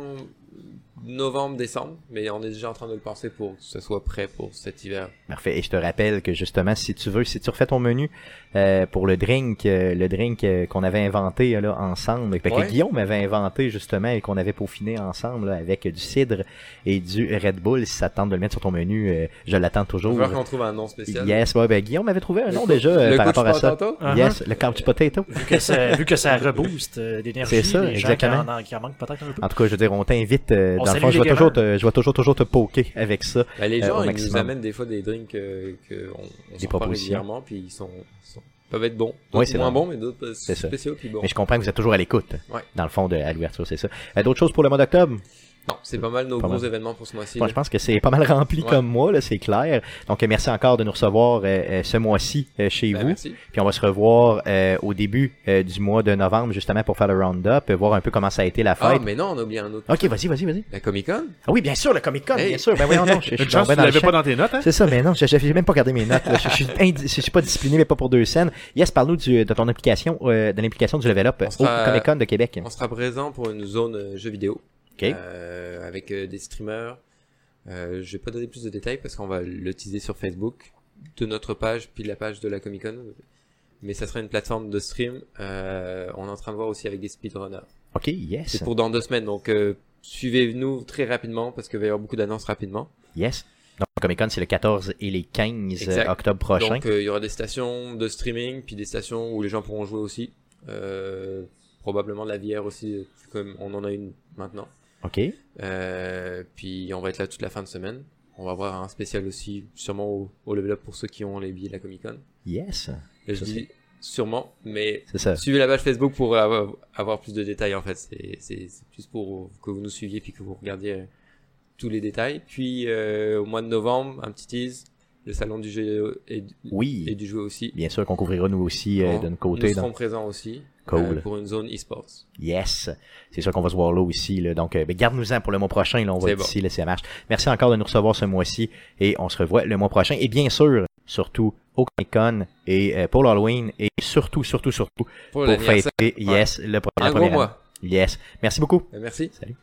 novembre, décembre, mais on est déjà en train de le penser pour que ce soit prêt pour cet hiver. Parfait. Et je te rappelle que justement, si tu veux, si tu refais ton menu euh, pour le drink, euh, le drink euh, qu'on avait inventé euh, là ensemble, que Ouais. Guillaume avait inventé justement et qu'on avait peaufiné ensemble là, avec du cidre et du Red Bull, si ça te tente de le mettre sur ton menu, euh, je l'attends On toujours. va voir qu'on trouve un nom spécial. Yes, ouais, ben Guillaume avait trouvé un Le nom co- déjà euh, le par coach rapport à ça. potato? Uh-huh. Yes, le couch potato. Vu que ça, vu que ça rebooste euh, d'énergie, C'est ça, les gens exactement. qui en, qui en manquent peut-être un peu. En tout cas, je veux dire, on t'invite. euh, On dans le salue fond, je les vais toujours, gamers. te, je vais toujours, toujours te poker avec ça. Bah, les Euh, gens, au ils nous maximum. amènent des fois des drinks euh, que on, on Des sort pas propositions. régulièrement, puis ils sont, sont- peuvent être bons. D'autres Oui, c'est moins vrai. bons, mais d'autres euh, C'est ça. spéciaux puis bons. Mais je comprends que vous êtes toujours à l'écoute. Ouais. Dans le fond, de, à l'ouverture, c'est ça. Euh, D'autres choses pour le mois d'octobre? Non, c'est pas mal nos Pas gros mal. événements pour ce mois-ci. Moi, là. je pense que c'est pas mal rempli Ouais. comme moi, là, c'est clair. Donc, euh, merci encore de nous recevoir euh, euh, ce mois-ci euh, chez Ben, vous. merci. Puis on va se revoir euh, au début euh, du mois de novembre, justement, pour faire le round-up, euh, voir un peu comment ça a été la Ah, fête. mais non, on a oublié un autre. Ok, vas-y, vas-y, vas-y. La Comic Con. Ah oui, bien sûr, le Comic-Con, Hey. bien sûr. Ben voyons, non, je, je, je Une suis chance, tombé tu dans le l'avais champ. pas dans tes notes, hein? C'est ça, mais non, je j'ai même pas regardé mes notes. Là. Je, je suis indi- je suis pas discipliné, mais pas pour deux scènes. Yes, parle-nous du- de ton implication, euh, de l'implication du Level Up On au sera- Comic Con de Québec. On sera présent pour une zone euh, jeux vidéo. Ok. Euh, avec euh, des streamers. Euh, je vais pas donner plus de détails parce qu'on va le teaser sur Facebook, de notre page, puis de la page de la Comic Con. Mais ça sera une plateforme de stream. Euh, on est en train de voir aussi avec des speedrunners. Ok, yes, C'est pour dans deux semaines, donc euh, suivez-nous très rapidement parce qu'il va y avoir beaucoup d'annonces rapidement. yes. Donc Comic Con c'est le quatorze et les quinze Exact. octobre prochain. Donc euh, il y aura des stations de streaming, puis des stations où les gens pourront jouer aussi. Euh, probablement de la V R aussi, euh, comme on en a une maintenant. Ok. Euh, puis on va être là toute la fin de semaine. On va avoir un spécial aussi, sûrement au, au Level Up pour ceux qui ont les billets de la Comic Con. Yes. Et je Ça, dis sûrement, mais C'est ça. suivez la page Facebook pour avoir, avoir plus de détails en fait. C'est, c'est, c'est plus pour que vous nous suiviez puis que vous regardiez euh, tous les détails. Puis euh, au mois de novembre, un petit tease, le salon du jeu et, Oui. et du jouet aussi. Bien sûr qu'on couvrira nous aussi euh, Bon, de notre côté. Nous serons donc. présents aussi. Cool. euh, pour une zone e-sports. Yes. C'est sûr qu'on va se voir là aussi. Là. Donc, euh, ben, garde-nous-en pour le mois prochain. Là, on va C'est être bon. ici, là, ça marche. Merci encore de nous recevoir ce mois-ci et on se revoit le mois prochain. Et bien sûr, surtout au Comic-Con et euh, pour l'Halloween et surtout, surtout, surtout Pour, pour l'anniversaire. fêter, yes, le pre- la Un gros première mois. année. Yes. Merci beaucoup. Euh, Merci. Salut.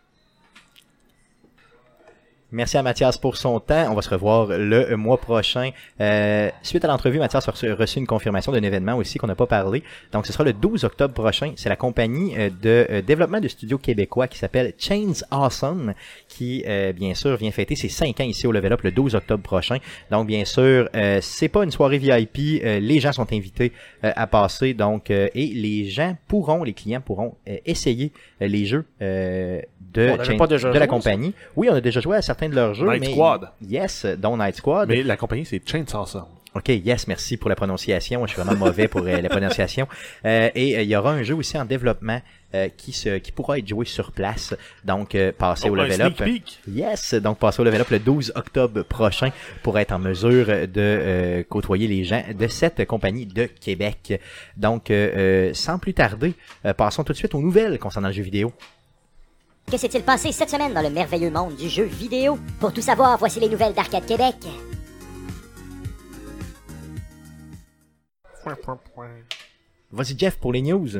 Merci à Mathias pour son temps. On va se revoir le mois prochain. Euh, suite à l'entrevue, Mathias a reçu, reçu une confirmation d'un événement aussi qu'on n'a pas parlé. Donc, ce sera le douze octobre prochain. C'est la compagnie euh, de euh, développement de studios québécois qui s'appelle Chains Awesome, qui, euh, bien sûr, vient fêter ses cinq ans ici au Level Up le douze octobre prochain. Donc, bien sûr, euh, c'est pas une soirée V I P. Euh, les gens sont invités euh, à passer. Donc, euh, et les gens pourront, les clients pourront euh, essayer euh, les jeux euh, de, On n'avait Chain- pas déjà de joué, la ça? compagnie. Oui, on a déjà joué à certains de leurs jeux. Night mais Squad. Yes, dont Night Squad. Mais la compagnie, c'est Chainsaw Awesome. OK, yes, merci pour la prononciation. Je suis vraiment mauvais pour euh, la prononciation. Euh, et euh, il y aura un jeu aussi en développement euh, qui se qui pourra être joué sur place. Donc, euh, passez Oh, au un level sneak up. peek. Yes, donc passez au level up le douze octobre prochain pour être en mesure de euh, côtoyer les gens de cette compagnie de Québec. Donc, euh, euh, sans plus tarder, euh, passons tout de suite aux nouvelles concernant le jeu vidéo. Que s'est-il passé cette semaine dans le merveilleux monde du jeu vidéo? Pour tout savoir, voici les nouvelles d'Arcade Québec. Vas-y Jeff pour les news.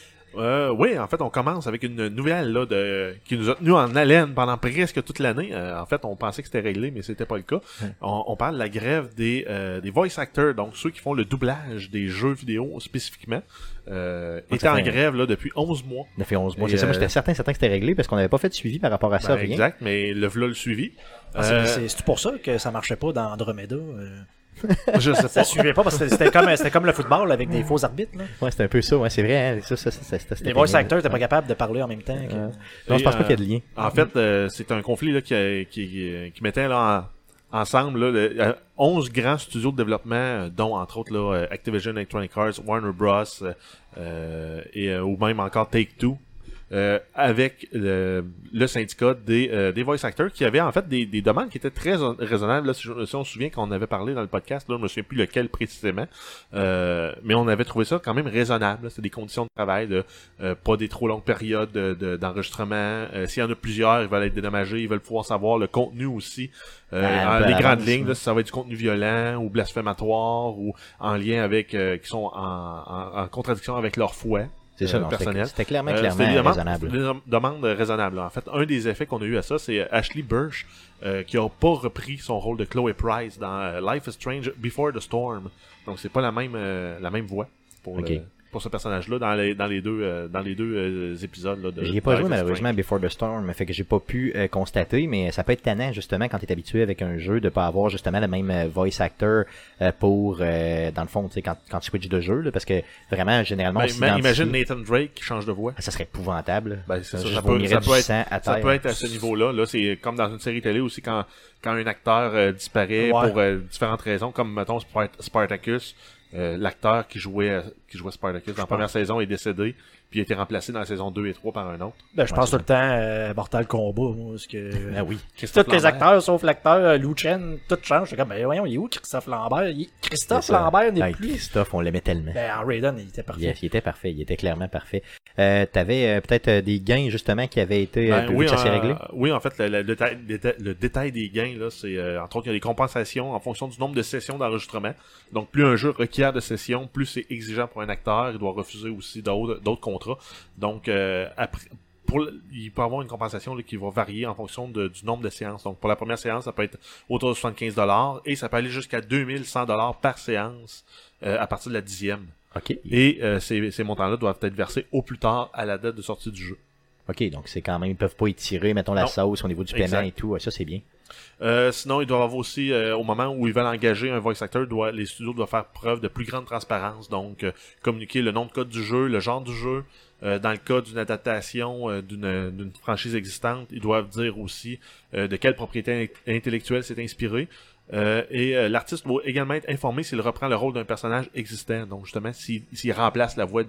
Euh, oui, en fait, on commence avec une nouvelle là, de, qui nous a tenus en haleine pendant presque toute l'année. Euh, en fait, on pensait que c'était réglé, mais c'était pas le cas. On, on parle de la grève des, euh, des voice actors, donc ceux qui font le doublage des jeux vidéo spécifiquement, euh, Ouais, étaient ça en fait- grève là, depuis onze mois. Ça fait onze mois. Et, C'est ça, moi euh, j'étais certain, certain que c'était réglé parce qu'on n'avait pas fait de suivi par rapport à ça, Ben, rien. exact, mais le v'là le suivi. Ah, c'est- Euh, c'est c'est pour ça que ça marchait pas dans Andromeda. euh. je sais Ça pas. suivait pas parce que c'était comme, c'était comme le football avec des faux arbitres. Là. Ouais, c'était un peu ça, ouais, c'est vrai, hein. ça, ça, ça, ça, ça, c'était Les voice pénible. actors n'étaient pas capables de parler en même temps. que- Ouais. Non, je pense Et, pas qu'il y a de lien. En fait, euh, c'est un conflit là, qui, a- qui, qui, qui mettait là, en- ensemble là, le- euh, onze grands studios de développement, euh, dont entre autres là, euh, Activision Electronic Arts, Warner Bros. Euh, euh, et, euh, ou même encore Take-Two. Euh, avec le, le syndicat des, euh, des voice actors qui avait en fait des, des demandes qui étaient très ron- raisonnables. Là, si, je- si on se souvient qu'on avait parlé dans le podcast, là, je me souviens plus lequel précisément, euh, mais on avait trouvé ça quand même raisonnable. là. C'est des conditions de travail, de euh, pas des trop longues périodes de- de- d'enregistrement. Euh, S'il y en a plusieurs, ils veulent être dédommagés, ils veulent pouvoir savoir le contenu aussi. Euh, Ah, en- un peu les à grandes l'avance, lignes, ouais. là, si ça va être du contenu violent ou blasphématoire ou en lien avec, euh, qui sont en, en, en contradiction avec leur foi. C'est ça, euh, non, c'était personnel. c'était clairement, Euh, clairement c'était des demandes- raisonnable. Des dem- demandes raisonnables. là. En fait, un des effets qu'on a eu à ça, c'est Ashley Burch euh, qui a pas repris son rôle de Chloe Price dans euh, Life is Strange Before the Storm. Donc c'est pas la même euh, la même voix pour Ok. le- pour ce personnage-là dans les dans les deux euh, dans les deux euh, épisodes là, de J'y ai pas Life joué is malheureusement à Before the Storm, fait que j'ai pas pu euh, constater, mais ça peut être tannant justement quand t'es habitué avec un jeu de pas avoir justement le même euh, voice actor euh, pour, euh, dans le fond, tu sais, quand, quand tu switches de jeu, là, parce que vraiment, généralement, on Strange. Ben, s'identifie- imagine Nathan Drake qui change de voix. Ah, ça serait épouvantable. Ben, c'est ça, je ça peut, vomirais ça du peut être, sang à ça terre. peut être à ce niveau-là. Là, c'est comme dans une série télé aussi quand, quand un acteur euh, disparaît Ouais. pour euh, différentes raisons, comme mettons Spart- Spartacus, euh, l'acteur qui jouait qui jouait Spartacus dans la première saison est décédé, puis il a été remplacé dans la saison deux et trois par un autre. Ben, je Ouais, pense c'est tout le temps euh, Mortal Kombat, moi, parce que Ah oui. Christophe tous les Lambert. acteurs, sauf l'acteur euh, Lou Chen, tout change. Je suis comme, ben voyons, il est où Christophe Lambert? Il- Christophe C'est ça. Lambert n'est Hey, plus... Christophe, on l'aimait tellement. Ben, en Raiden, il était parfait. Yes, il était parfait, il était clairement parfait. Euh, T'avais euh, peut-être euh, des gains justement qui avaient été euh, Ben, vu oui, que ça s'est en- réglé. oui, en fait, le, le détail, le détail- le détail des gains, là, c'est euh, entre autres, il y a des compensations en fonction du nombre de sessions d'enregistrement. Donc, plus un jeu requiert de sessions, plus c'est exigeant pour un acteur. Il doit refuser aussi d'autres d'autres contrats. Donc, euh, après, pour le- il peut y avoir une compensation là, qui va varier en fonction de- du nombre de séances. Donc, pour la première séance, ça peut être autour de soixante-quinze dollars et ça peut aller jusqu'à deux mille cent dollars par séance euh, à partir de la dixième. OK. Et euh, ces, ces montants-là doivent être versés au plus tard à la date de sortie du jeu. OK, donc c'est quand même, ils peuvent pas étirer, mettons, la Non. sauce au niveau du Exact. paiement et tout. Ouais, ça, c'est bien. Euh, sinon, ils doivent avoir aussi, euh, au moment où ils veulent engager un voice actor, doit, les studios doivent faire preuve de plus grande transparence. Donc, euh, communiquer le nom de code du jeu, le genre du jeu. Euh, dans le cas d'une adaptation euh, d'une d'une franchise existante, ils doivent dire aussi euh, de quelle propriété in- intellectuelle c'est inspiré. Euh, et euh, l'artiste doit également être informé s'il reprend le rôle d'un personnage existant. Donc, justement, s'il s'il remplace la voix de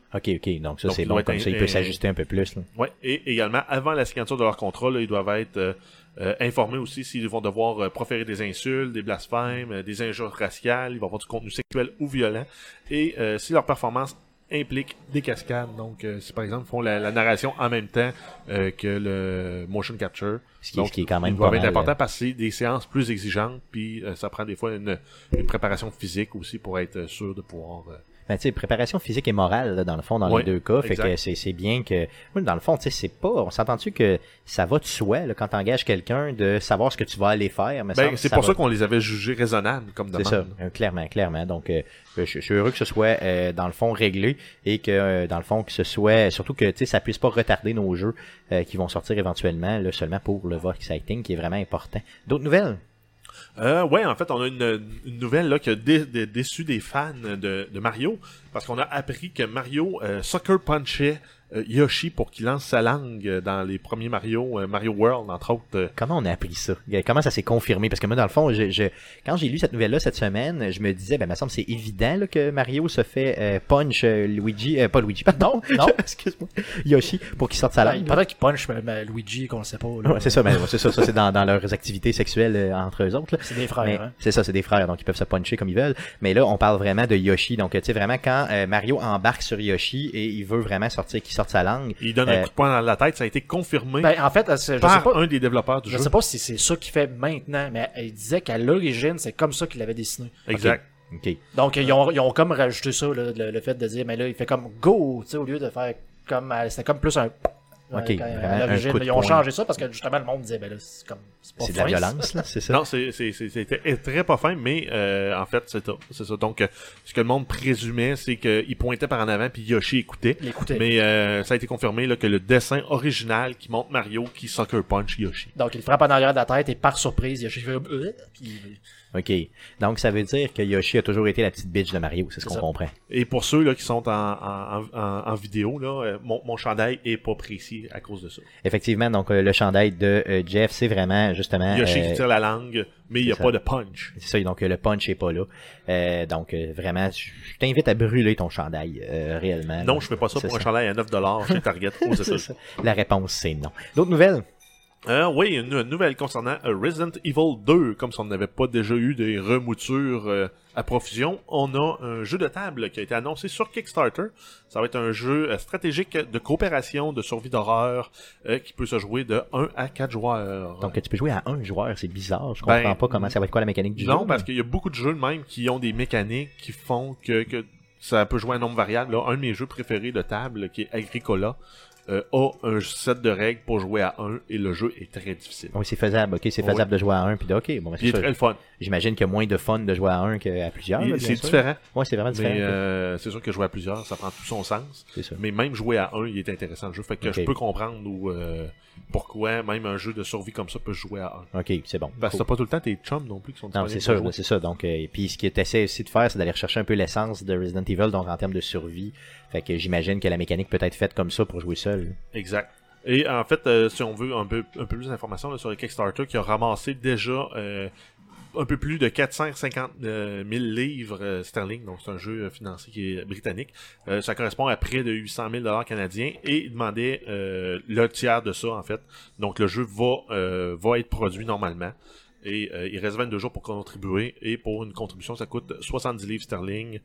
OK, OK. Donc ça, Donc, c'est il bon. doit Comme être ça, il un- peut un- s'ajuster un peu plus. Là. Ouais. Et également, avant la signature de leur contrat, là, ils doivent être euh, euh, informés aussi s'ils vont devoir euh, proférer des insultes, des blasphèmes, euh, des injures raciales, il va y avoir du contenu sexuel ou violent. Et euh, si leur performance implique des cascades, donc euh, si par exemple ils font la, la narration en même temps euh, que le motion capture, Ce qui, donc ce qui est quand même ils pas doivent être mal, importants euh, parce que c'est des séances plus exigeantes, puis euh, ça prend des fois une, une préparation physique aussi pour être sûr de pouvoir... Euh, Ben, tu sais, préparation physique et morale, là, dans le fond, dans Oui, les deux cas. Fait exact. que c'est, c'est bien que, oui, dans le fond, tu sais, c'est pas, on s'entend-tu que ça va de soi, là, quand t'engages quelqu'un, de savoir ce que tu vas aller faire, mais ben, ça, c'est ça pour va- ça qu'on les avait jugés raisonnables comme C'est demande. ça, euh, clairement, clairement. Donc, euh, je, je suis heureux que ce soit, euh, dans le fond, réglé et que, euh, dans le fond, que ce soit, surtout que, tu sais, ça puisse pas retarder nos jeux euh, qui vont sortir éventuellement, là, seulement pour le vote exciting, qui est vraiment important. D'autres nouvelles? Euh, ouais, en fait, on a une, une nouvelle là qui a dé- dé- déçu des fans de, de Mario, parce qu'on a appris que Mario euh, sucker punchait euh, Yoshi pour qu'il lance sa langue euh, dans les premiers Mario, euh, Mario World, entre autres. euh. Comment on a appris ça? Comment ça s'est confirmé? Parce que moi, dans le fond, je, je, quand j'ai lu cette nouvelle-là cette semaine, je me disais, ben, il me semble que c'est évident là, que Mario se fait euh, punch euh, Luigi, euh, pas Luigi, pardon, Non. excuse-moi, Yoshi, pour qu'il sorte sa Ben, langue. Peut-être qu'il punch mais, mais Luigi, qu'on le sait pas. là. Ouais, c'est ça, mais c'est ça, ça c'est dans, dans leurs activités sexuelles euh, entre eux autres. Là. C'est des frères, Mais hein. c'est ça, c'est des frères, donc ils peuvent se puncher comme ils veulent. Mais là, on parle vraiment de Yoshi. Donc, tu sais, vraiment, quand euh, Mario embarque sur Yoshi et il veut vraiment sortir, qu'il sorte sa langue. Il donne Euh, un coup de poing dans la tête, ça a été confirmé Ben, en fait, c'est- je sais par pas. un des développeurs du Je jeu. sais pas si c'est ça qu'il fait maintenant, mais il disait qu'à l'origine, c'est comme ça qu'il l'avait dessiné. Exact. OK. Donc, ils, ont, ils ont comme rajouté ça, là, le, le fait de dire, mais là, il fait comme go, tu sais, au lieu de faire comme. euh, C'était comme plus un. Ok, quand- vraiment à un l'origine. coup de Ils ont poing. changé ça parce que justement, le monde disait, ben là, c'est comme. pas C'est de la fin, ça. violence, là, c'est ça? Non, c'est, c'est, c'est- c'était très pas fin, mais euh, en fait, c'est ça. C'est ça. Donc, euh, ce que le monde présumait, c'est qu'il pointait par en avant, puis Yoshi écoutait. Il écoutait. Mais euh, ça a été confirmé là, que le dessin original qui montre Mario qui sucker punch Yoshi. Donc, il frappe en arrière de la tête et par surprise, il a fait comme. Euh, puis- OK. Donc, ça veut dire que Yoshi a toujours été la petite bitch de Mario, c'est ce C'est qu'on ça. comprend. Et pour ceux là qui sont en, en, en, en vidéo, là, euh, mon, mon chandail est pas précis à cause de ça. Effectivement, donc euh, le chandail de euh, Jeff, c'est vraiment justement... Yoshi euh, qui tire la langue, mais il n'y a c'est pas ça. de punch. C'est ça, donc euh, le punch est pas là. Euh, donc euh, vraiment, je je t'invite à brûler ton chandail, euh, réellement. Non, je fais pas ça C'est pour un chandail à neuf dollars chez Target aux C'est États-Unis. ça. La réponse, c'est non. D'autres nouvelles? Euh, oui, une, une nouvelle concernant euh, Resident Evil deux. Comme si on n'avait pas déjà eu des remoutures euh, à profusion, on a un jeu de table qui a été annoncé sur Kickstarter. Ça va être un jeu euh, stratégique de coopération, de survie d'horreur, euh, qui peut se jouer de un à quatre joueurs. Donc tu peux jouer à un joueur, c'est bizarre. Je Ben, comprends pas comment ça va être quoi la mécanique du jeu. non, parce qu'il y a beaucoup de jeux même qui ont des mécaniques qui font que, que ça peut jouer à un nombre variable. Là, un de mes jeux préférés de table, qui est Agricola, euh, a un set de règles pour jouer à un et le jeu est très difficile. Oui, c'est faisable. Ok, c'est faisable de jouer à un, puis de, ok, bon, ben, Puis il c'est est très sûr. le fun. J'imagine qu'il y a moins de fun de jouer à un qu'à plusieurs. Il- là, bien c'est sûr. différent. Ouais, c'est vraiment différent. Mais euh, c'est sûr que jouer à plusieurs, ça prend tout son sens. C'est ça. Mais même jouer à un, il est intéressant le jeu. Fait que Ok. je peux comprendre où, euh, pourquoi même un jeu de survie comme ça peut se jouer à un. Ok, c'est bon. Parce que Cool. t'as pas tout le temps tes chums non plus qui sont Non, disponibles c'est pour sûr, jouer. là, c'est ça. Donc, euh, et puis ce qui est essayé aussi de faire, c'est d'aller rechercher un peu l'essence de Resident Evil, donc en termes de survie. Fait que j'imagine que la mécanique peut être faite comme ça pour jouer seul. Exact. Et en fait, euh, si on veut un peu, un peu plus d'informations là, sur le Kickstarter, qui a ramassé déjà euh, un peu plus de quatre cent cinquante mille livres euh, sterling, donc c'est un jeu euh, financier qui est britannique. Euh, ça correspond à près de huit cent mille dollars canadiens et il demandait euh, le tiers de ça en fait. Donc le jeu va, euh, va être produit normalement. Et euh, il reste vingt-deux jours pour contribuer et pour une contribution ça coûte soixante-dix livres sterling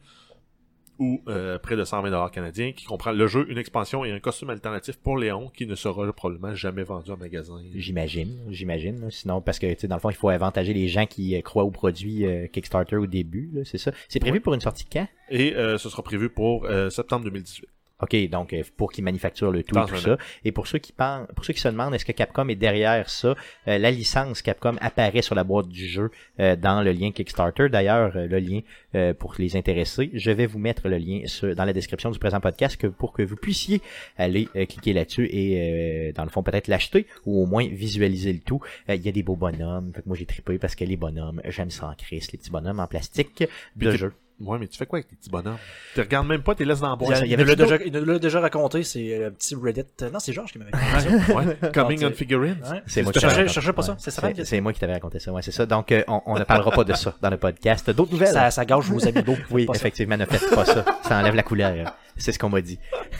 ou euh, près de cent vingt dollars canadiens, qui comprend le jeu, une expansion et un costume alternatif pour Léon, qui ne sera probablement jamais vendu en magasin. J'imagine, j'imagine. là. Sinon, parce que, tu sais, dans le fond, il faut avantager les gens qui euh, croient au produit euh, Kickstarter au début, là, c'est ça. C'est prévu pour une sortie quand? Et euh, ce sera prévu pour euh, septembre deux mille dix-huit. OK, donc euh, pour qu'ils manufacturent le tout Dans et tout un ça. an. Et pour ceux qui pensent, pour ceux qui se demandent est-ce que Capcom est derrière ça, euh, la licence Capcom apparaît sur la boîte du jeu euh, dans le lien Kickstarter. D'ailleurs, euh, le lien euh, pour les intéressés, je vais vous mettre le lien sur- dans la description du présent podcast que, pour que vous puissiez aller euh, cliquer là-dessus et euh, dans le fond peut-être l'acheter ou au moins visualiser le tout. Euh, Il y a des beaux bonhommes. Fait que moi j'ai trippé parce que les bonhommes, j'aime ça en crise, les petits bonhommes en plastique de t'es- jeu. Ouais, mais tu fais quoi avec tes petits bonhommes? Tu regardes même pas, tu les laisses dans la Il, boîte. y a- il y il avait nous l'a d'autres- déjà, il nous l'a déjà raconté, c'est un petit Reddit. Non, c'est Georges qui m'avait raconté ça. Ouais. Coming Ah, on tu- figurines. Ouais. C'est moi Je qui t'avais cherchais, je raconté. cherchais pas ça. Ouais. C'est ça. C'est, c'est moi qui t'avais raconté ça. Ouais, c'est ça. Donc, euh, on, on ne parlera pas de ça dans le podcast. D'autres nouvelles? Ça, ça gâche vos amis beaux. Oui, Pas ça. effectivement, ne faites pas ça. Ça enlève la couleur. C'est ce qu'on m'a dit.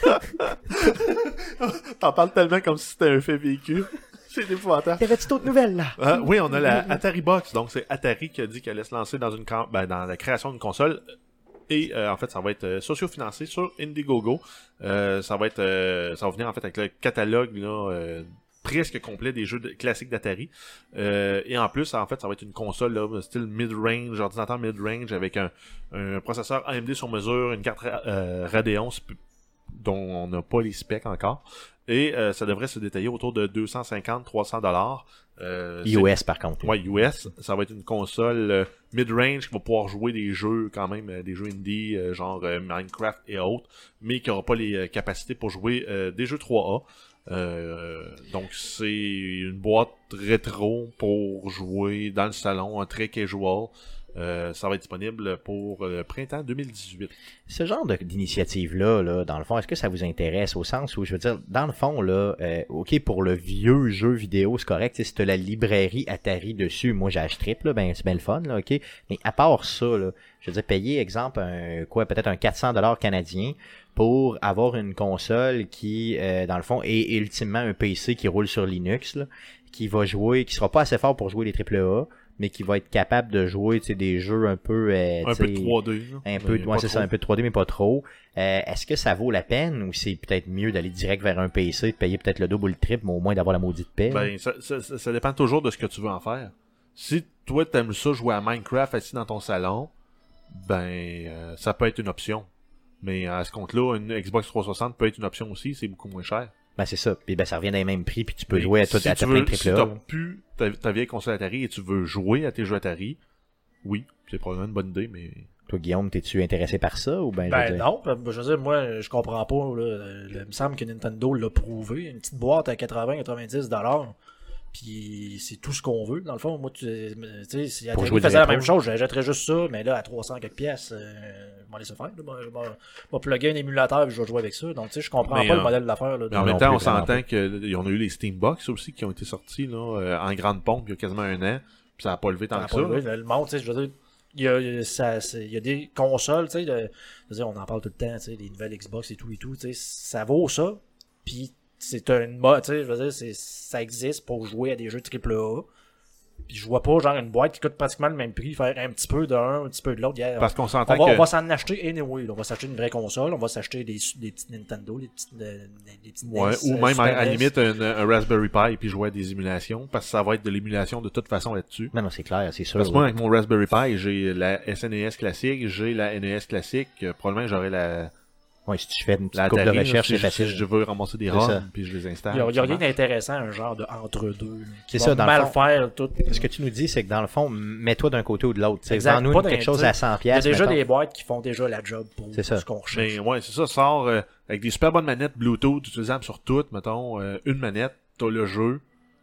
T'en parles tellement comme si c'était un fait vécu. C'est épouvantable. Y avait-tu d'autres nouvelles, là? Euh, oui, on a la Atari Box. Donc, c'est Atari qui a dit qu'elle allait se lancer dans une can- ben, dans la création d'une console. Et euh, en fait, ça va être euh, socio-financé sur Indiegogo. Euh, ça va être, euh, ça va venir en fait avec le catalogue là, euh, presque complet des jeux de- classiques d'Atari. Euh, et en plus, en fait, ça va être une console là, style mid-range, ordinateur mid-range avec un, un processeur A M D sur mesure, une carte euh, Radeon sp- dont on n'a pas les specs encore. Et euh, ça devrait se détailler autour de deux cent cinquante à trois cents dollars. Euh, U S, par contre. Ouais, U S. Ça va être une console euh, mid-range qui va pouvoir jouer des jeux quand même, euh, des jeux indie, euh, genre euh, Minecraft et autres, mais qui n'aura pas les euh, capacités pour jouer euh, des jeux trois A. Euh, donc c'est une boîte rétro pour jouer dans le salon, un très casual. Euh, ça va être disponible pour le printemps deux mille dix-huit. Ce genre de- d'initiative-là, là, dans le fond, est-ce que ça vous intéresse au sens où, je veux dire, dans le fond, là, euh, OK, pour le vieux jeu vidéo, c'est correct, tu sais, si t'as la librairie Atari dessus, moi j'achèterais, là, ben c'est bien le fun, là, OK, mais à part ça, là, je veux dire, payer, exemple, un, quoi, peut-être un quatre cents dollars canadiens pour avoir une console qui, euh, dans le fond, est ultimement un P C qui roule sur Linux, là, qui va jouer, qui sera pas assez fort pour jouer les triple A, mais qui va être capable de jouer, tu sais, des jeux un peu, euh, Un tu peu de sais, trois D. là. un peu, Mais ouais, pas c'est trop. ça, un peu de trois D, mais pas trop. Euh, est-ce que ça vaut la peine ou c'est peut-être mieux d'aller direct vers un P C, de payer peut-être le double ou le triple, mais au moins d'avoir la maudite paix? là? Ben, ça, ça, ça- ça dépend toujours de ce que tu veux en faire. Si toi, t'aimes ça jouer à Minecraft assis dans ton salon, ben, euh, ça peut être une option. Mais à ce compte-là, une Xbox trois cent soixante peut être une option aussi, c'est beaucoup moins cher. Ben, c'est ça. Puis ben, ça revient dans les mêmes prix, puis tu peux Mais jouer à, tout, si à tu ta plein veux, de triple si A. t'as là. plus ta, ta vieille console Atari et tu veux jouer à tes jeux Atari, oui, c'est probablement une bonne idée, mais... Toi, Guillaume, t'es-tu intéressé par ça ou ben, je veux Ben dire- non, ben, je veux dire, moi, je comprends pas. Là, Euh, il me semble que Nintendo l'a prouvé. Une petite boîte à quatre-vingts à quatre-vingt-dix dollars. Puis c'est tout ce qu'on veut. Dans le fond, moi, tu tu sais, si Pour Atari jouer du faisait la rétro. même chose, j'achèterais juste ça, mais là, à trois cents quelques pièces, euh, je m'en laisser faire. là. Moi, Je vais- je vais plugger un émulateur et je vais jouer avec ça. Donc, tu sais, je comprends Mais, pas euh, le modèle d'affaires. là, Mais en de- même non temps, plus, on vraiment s'entend qu'on a eu les Steambox aussi qui ont été sortis là, euh, en grande pompe il y a quasiment un an, puis ça a pas levé tant Ça a que pas ça. levé, le monde, tu sais, je veux dire, il y a, il y a- ça- c'est- il y a des consoles, tu sais, de- je veux dire, on en parle tout le temps, tu sais, les nouvelles Xbox et tout et tout, tu sais, ça vaut ça, puis c'est une mode, tu sais, je veux dire, c'est, ça existe pour jouer à des jeux triple A, puis je vois pas, genre, une boîte qui coûte pratiquement le même prix, faire un petit peu d'un, un petit peu de l'autre, yeah, Parce qu'on on s'entend va, que... on va s'en acheter anyway, là. On va s'acheter une vraie console, on va s'acheter des, des petites Nintendo, des petites, euh, des petites Ouais, NES, ou euh, même à, Super à NES. limite un, un Raspberry Pi puis jouer à des émulations, parce que ça va être de l'émulation de toute façon là-dessus. Non, non, c'est clair, c'est sûr. Parce que moi, avec mon Raspberry Pi, j'ai la S N E S classique, j'ai la N E S classique, euh, probablement j'aurai la, Ouais, si tu fais une petite la coupe de Atari, là, recherche, si c'est je- facile. si je veux ramasser des C'est ça. ROM, puis je les installe. Il y a, il y a ça rien marche. d'intéressant, un genre de entre-deux, là, qui C'est va ça, dans le mal fond. faire tout. Ce que tu nous dis, c'est que dans le fond, mets-toi d'un côté ou de l'autre. Tu sais, Exact. Vends-nous Pas quelque d'un- chose tu sais, à cent Il y a piastres. déjà mettons. des boîtes qui font déjà la job pour C'est ça. ce qu'on recherche. Mais ouais, c'est ça, sort euh, avec des super bonnes manettes Bluetooth utilisables sur toutes, mettons, euh, une manette, t'as le jeu,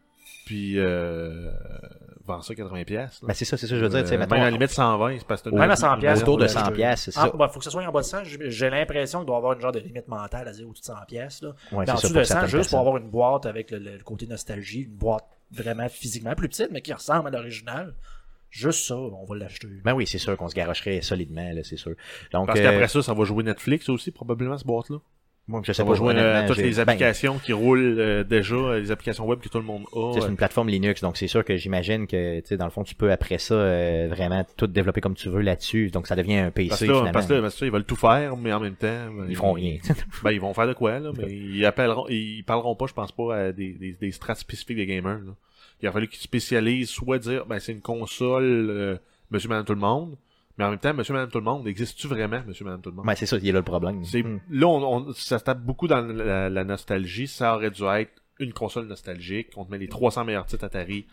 puis euh, vends ça quatre-vingts piastres. là. Ben, c'est ça, c'est ça, je veux dire. tu sais, Euh, mettons, même à la limite cent vingt, c'est parce que t'as Même à une- cent une piastres, autour de manette. faut cent l'acheter. piastres, c'est Ah, ça. bah, faut que ce soit en bas de cent. J'ai j'ai l'impression qu'il doit y avoir une genre de limite mentale à dire au-dessus de cent piastres. Là. Ouais, Mais en c'est ça, dessous pour de cent, certaines juste personnes. pour avoir une boîte avec le, le côté nostalgie, une boîte vraiment physiquement plus petite, mais qui ressemble à l'original. Juste ça, on va l'acheter. Ben oui, c'est sûr qu'on se garocherait solidement, là, c'est sûr. Donc, Parce euh, qu'après ça, ça va jouer Netflix aussi, probablement, cette boîte-là. moi, je sais Ça pas, va jouer euh, honnêtement, toutes j'ai- les ben, applications qui roulent euh, déjà, euh, les applications web que tout le monde a. c'est euh, une plateforme Linux, donc c'est sûr que j'imagine que, tu sais, dans le fond, tu peux après ça euh, vraiment tout développer comme tu veux là-dessus. Donc ça devient un P C Parce que, là, finalement. parce que là, parce que là, ils veulent tout faire, mais en même temps... ben, Ils feront rien. Ben, ils vont faire de quoi, là, mais ils appelleront, ils parleront pas, je pense pas, à des, des, des strates spécifiques de gamers, là. Il a fallu qu'ils spécialisent, soit dire, ben, c'est une console, euh, Monsieur, Madame, tout le monde, mais en même temps, Monsieur, Madame, tout le monde, existe-tu vraiment, Monsieur, Madame, tout le monde? Ben, c'est ça, il y a là le problème. C'est, Hmm. là, on, on- ça se tape beaucoup dans la, la nostalgie, ça aurait dû être une console nostalgique, on te met les trois cents meilleurs titres Atari